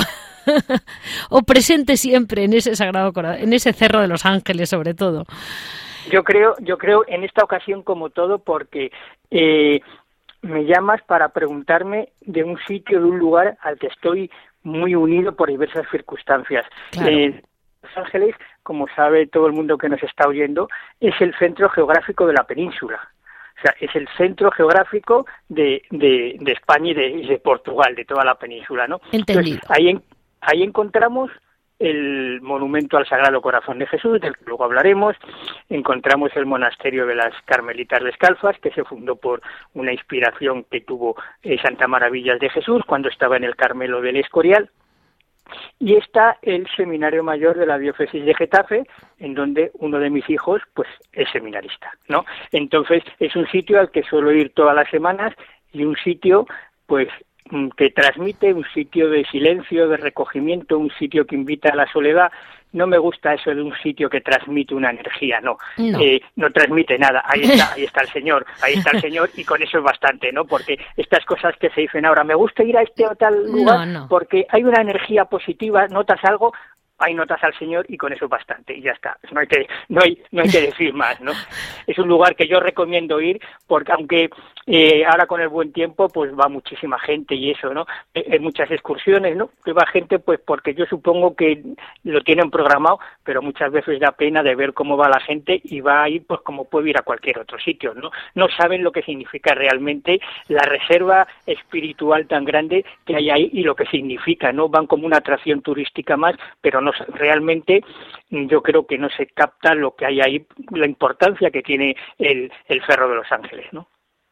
o presente siempre en ese Sagrado Corazón, en ese Cerro de los Ángeles, sobre todo. Yo creo, yo creo en esta ocasión como todo, porque eh, me llamas para preguntarme de un sitio, de un lugar al que estoy muy unido por diversas circunstancias. Claro. Eh, Los Ángeles, como sabe todo el mundo que nos está oyendo, es el centro geográfico de la península. O sea, es el centro geográfico de, de, de España y de, y de Portugal, de toda la península, ¿no? Entendido. Entonces, ahí, en, ahí encontramos el monumento al Sagrado Corazón de Jesús, del que luego hablaremos. Encontramos el monasterio de las Carmelitas Descalzas, que se fundó por una inspiración que tuvo eh, Santa Maravillas de Jesús cuando estaba en el Carmelo del Escorial. Y está el Seminario Mayor de la Diócesis de Getafe, en donde uno de mis hijos pues es seminarista, ¿no? Entonces es un sitio al que suelo ir todas las semanas y un sitio pues que transmite, un sitio de silencio, de recogimiento, un sitio que invita a la soledad. No me gusta eso de un sitio que transmite una energía, no, no, eh, no transmite nada. Ahí está, ahí está el Señor, ahí está el Señor y con eso es bastante, ¿no? Porque estas cosas que se dicen ahora, me gusta ir a este o tal lugar no, no. porque hay una energía positiva, notas algo, ahí notas al Señor y con eso es bastante y ya está. No hay que, no hay, no hay que decir más, ¿no? Es un lugar que yo recomiendo ir porque aunque eh, ahora con el buen tiempo pues va muchísima gente y eso, ¿no? Hay muchas excursiones, ¿no? Que va gente pues porque yo supongo que lo tienen programado, pero muchas veces da pena de ver cómo va la gente y va a ir pues como puede ir a cualquier otro sitio, ¿no? No saben lo que significa realmente la reserva espiritual tan grande que hay ahí y lo que significa, ¿no? Van como una atracción turística más, pero no realmente yo creo que no se capta lo que hay ahí, la importancia que tiene el, el Cerro de los Ángeles, ¿no?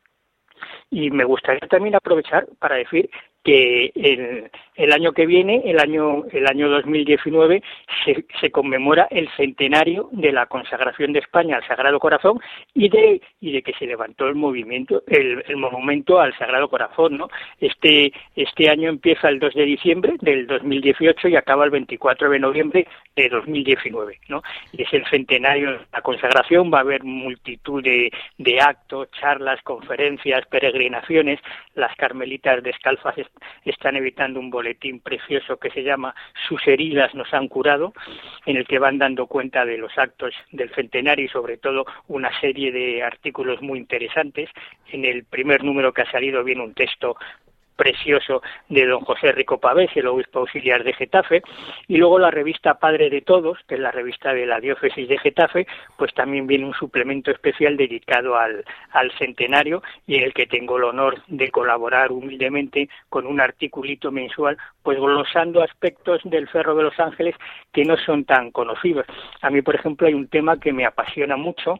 Y me gustaría también aprovechar para decir que el, el año que viene, el año el año dos mil diecinueve, se, se conmemora el centenario de la consagración de España al Sagrado Corazón y de y de que se levantó el movimiento, el, el monumento al Sagrado Corazón, ¿no? Este este año empieza el dos de diciembre del dos mil dieciocho y acaba el veinticuatro de noviembre de dos mil diecinueve, ¿no? Y es el centenario de la consagración, va a haber multitud de, de actos, charlas, conferencias, peregrinaciones. Las Carmelitas Descalzas están editando un boletín precioso que se llama Sus heridas nos han curado, en el que van dando cuenta de los actos del centenario y sobre todo una serie de artículos muy interesantes. En el primer número que ha salido viene un texto precioso de don José Rico Pavés, el obispo auxiliar de Getafe, y luego la revista Padre de Todos, que es la revista de la diócesis de Getafe, pues también viene un suplemento especial dedicado al, al centenario y en el que tengo el honor de colaborar humildemente con un articulito mensual, pues glosando aspectos del Cerro de los Ángeles que no son tan conocidos. A mí, por ejemplo, hay un tema que me apasiona mucho,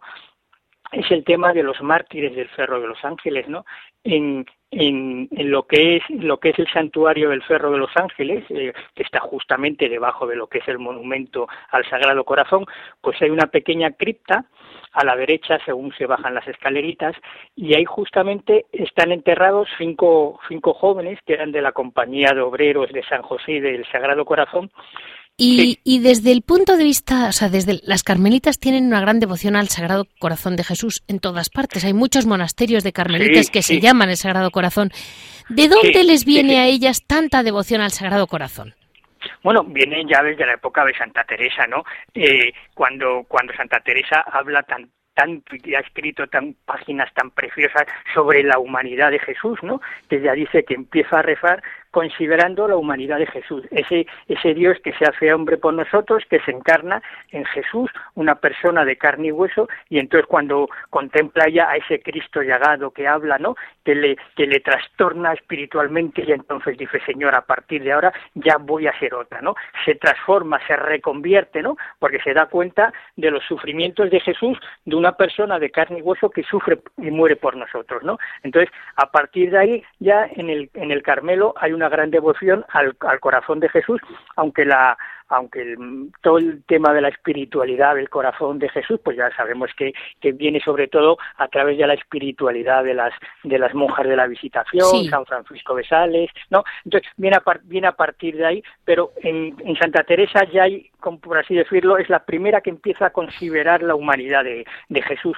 es el tema de los mártires del Cerro de los Ángeles, ¿no? En, en, en lo que es lo que es el santuario del Cerro de los Ángeles, eh, que está justamente debajo de lo que es el monumento al Sagrado Corazón, pues hay una pequeña cripta a la derecha según se bajan las escaleritas y ahí justamente están enterrados cinco cinco jóvenes que eran de la Compañía de Obreros de San José y del Sagrado Corazón. Y, Sí. y desde el punto de vista, o sea, desde las carmelitas tienen una gran devoción al Sagrado Corazón de Jesús en todas partes. Hay muchos monasterios de carmelitas Sí, que sí. se llaman el Sagrado Corazón. ¿De dónde Sí, les viene sí, sí. a ellas tanta devoción al Sagrado Corazón? Bueno, viene ya desde la época de Santa Teresa, ¿no? Eh, cuando cuando Santa Teresa habla tan tanto y ha escrito tan páginas tan preciosas sobre la humanidad de Jesús, ¿no? Que ella dice que empieza a rezar considerando la humanidad de Jesús, ese ese Dios que se hace hombre por nosotros, que se encarna en Jesús, una persona de carne y hueso, y entonces cuando contempla ya a ese Cristo llagado que habla, ¿no? Que le que le trastorna espiritualmente y entonces dice, Señor, a partir de ahora ya voy a ser otra, ¿no? Se transforma, se reconvierte, ¿no? Porque se da cuenta de los sufrimientos de Jesús, de una persona de carne y hueso que sufre y muere por nosotros, ¿no? Entonces, a partir de ahí ya en el en el Carmelo hay una gran devoción al, al corazón de Jesús, aunque la aunque el, todo el tema de la espiritualidad del corazón de Jesús, pues ya sabemos que, que viene sobre todo a través de la espiritualidad de las de las monjas de la Visitación, Sí. San Francisco de Sales, ¿no? Entonces viene a, par, viene a partir de ahí, pero en, en Santa Teresa ya hay, como por así decirlo, es la primera que empieza a considerar la humanidad de, de Jesús.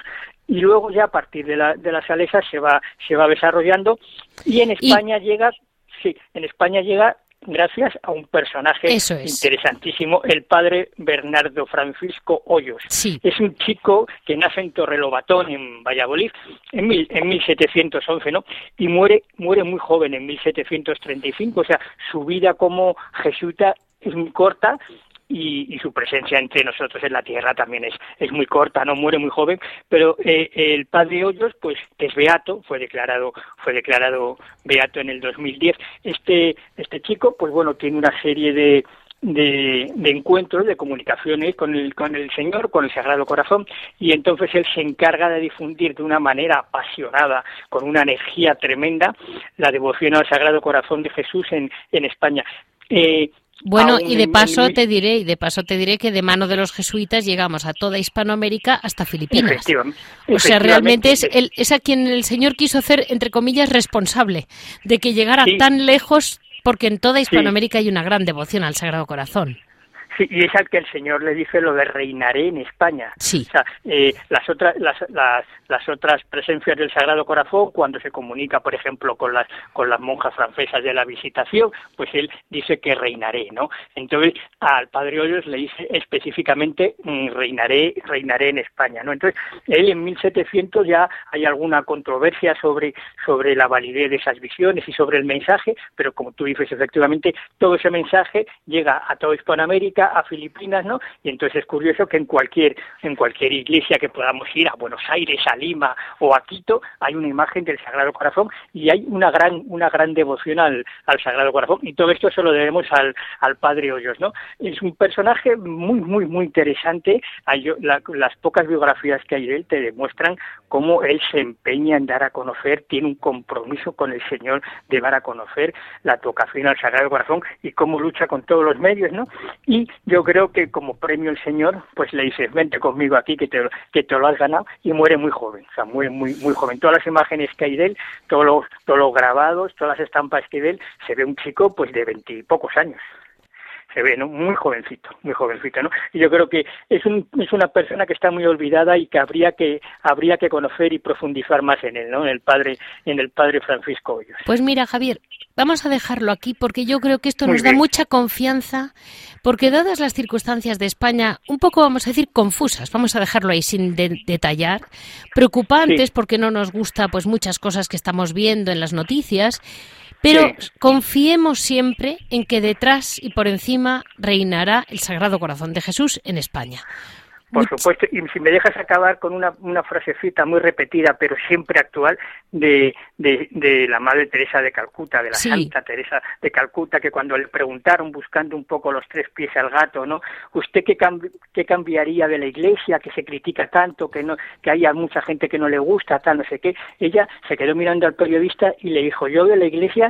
y luego ya a partir de, la, de las Salesas se va se va desarrollando, y en España y... llega, sí, en España llega gracias a un personaje es. interesantísimo, el padre Bernardo Francisco Hoyos. Sí. Es un chico que nace en Torrelobatón, en Valladolid, en, mil, en mil setecientos once, ¿no? Y muere muere muy joven, en mil setecientos treinta y cinco, o sea, su vida como jesuita es muy corta, Y, y su presencia entre nosotros en la tierra también es, es muy corta, no muere muy joven, pero eh, el padre Hoyos, pues, es beato, fue declarado fue declarado beato en el dos mil diez. Este este chico, pues bueno, tiene una serie de de, de encuentros, de comunicaciones con el con el Señor, con el Sagrado Corazón, y entonces él se encarga de difundir de una manera apasionada, con una energía tremenda, la devoción al Sagrado Corazón de Jesús en en España. Eh, Bueno, y de paso te diré, y de paso te diré que de mano de los jesuitas llegamos a toda Hispanoamérica hasta Filipinas. Efectivamente, o sea, realmente es, el, es a quien el Señor quiso hacer, entre comillas, responsable de que llegara sí. tan lejos, porque en toda Hispanoamérica sí. hay una gran devoción al Sagrado Corazón. Sí, y es al que el Señor le dice lo de reinaré en España. Sí. O sea, eh, las otras las, las las otras presencias del Sagrado Corazón, cuando se comunica, por ejemplo, con las con las monjas francesas de la Visitación, pues él dice que reinaré, ¿no? Entonces, al padre Hoyos le dice específicamente reinaré reinaré en España, ¿no? Entonces, él en mil setecientos ya hay alguna controversia sobre sobre la validez de esas visiones y sobre el mensaje, pero como tú dices, efectivamente, todo ese mensaje llega a toda Hispanoamérica, a Filipinas, ¿no? Y entonces es curioso que en cualquier en cualquier iglesia que podamos ir, a Buenos Aires, a Lima o a Quito, hay una imagen del Sagrado Corazón y hay una gran una gran devoción al, al Sagrado Corazón, y todo esto se lo debemos al, al padre Hoyos, ¿no? Es un personaje muy muy muy interesante. Hay, la, las pocas biografías que hay de él te demuestran cómo él se empeña en dar a conocer, tiene un compromiso con el Señor de dar a conocer la tocación al Sagrado Corazón, y cómo lucha con todos los medios, ¿no? Y yo creo que como premio el Señor, pues le dice, vente conmigo aquí que te, que te lo has ganado, y muere muy joven, o sea, muere muy muy joven. Todas las imágenes que hay de él, todos los, todos los grabados, todas las estampas que hay de él, se ve un chico pues de veintipocos años. Se ve, ¿no? Muy jovencito, muy jovencito, ¿no? Y yo creo que es un es una persona que está muy olvidada y que habría que habría que conocer y profundizar más en él, ¿no? En el padre en el padre Francisco Hoyos. Pues mira, Javier, vamos a dejarlo aquí porque yo creo que esto nos da mucha confianza, porque dadas las circunstancias de España, un poco, vamos a decir, confusas, vamos a dejarlo ahí sin de- detallar, preocupantes, sí. porque no nos gusta pues muchas cosas que estamos viendo en las noticias, pero sí. confiemos siempre en que detrás y por encima reinará el Sagrado Corazón de Jesús en España. Por supuesto, y si me dejas acabar con una, una frasecita muy repetida, pero siempre actual, de, de, de la Madre Teresa de Calcuta, de la sí. Santa Teresa de Calcuta, que cuando le preguntaron, buscando un poco los tres pies al gato, ¿no? ¿Usted qué, cambi- qué cambiaría de la Iglesia, que se critica tanto, que no que haya mucha gente que no le gusta, tal, no sé qué? Ella se quedó mirando al periodista y le dijo, yo de la Iglesia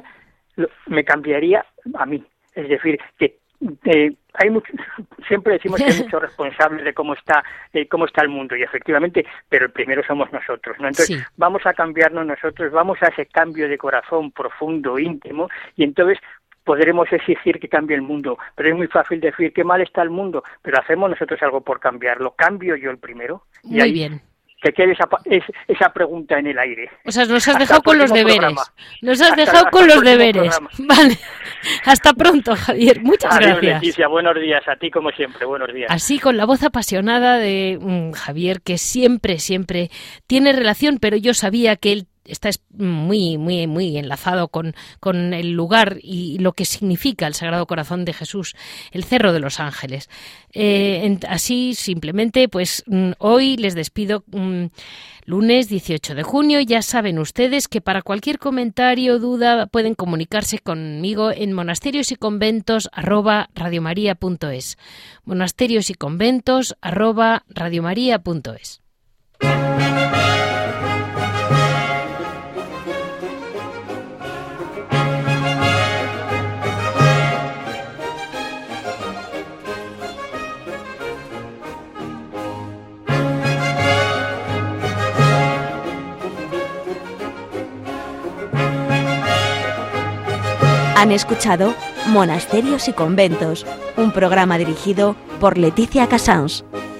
me cambiaría a mí. Es decir, que Eh, hay mucho, siempre decimos que hay muchos responsables de cómo está de cómo está el mundo, y efectivamente, pero el primero somos nosotros, ¿no? Entonces, sí. vamos a cambiarnos nosotros, vamos a ese cambio de corazón profundo, íntimo, y entonces podremos exigir que cambie el mundo. Pero es muy fácil decir que mal está el mundo, pero hacemos nosotros algo por cambiarlo. ¿Cambio yo el primero? Y muy ahí, bien. Que quede esa, esa pregunta en el aire. O sea, nos has dejado con los deberes. Programa. Nos has hasta, dejado con los deberes. Programa. Vale. Hasta pronto, Javier. Muchas Adiós, gracias. Leticia. Buenos días. A ti, como siempre. Buenos días. Así, con la voz apasionada de um, Javier, que siempre, siempre tiene relación, pero yo sabía que él está muy, muy, muy enlazado con, con el lugar y lo que significa el Sagrado Corazón de Jesús, el Cerro de los Ángeles. Eh, en, así, simplemente, pues hoy les despido. Um, lunes dieciocho de junio, ya saben ustedes que para cualquier comentario o duda pueden comunicarse conmigo en monasterios y conventos arroba radiomaria punto es. Monasterios y conventos arroba radiomaria punto es. Han escuchado Monasterios y Conventos, un programa dirigido por Leticia Casans.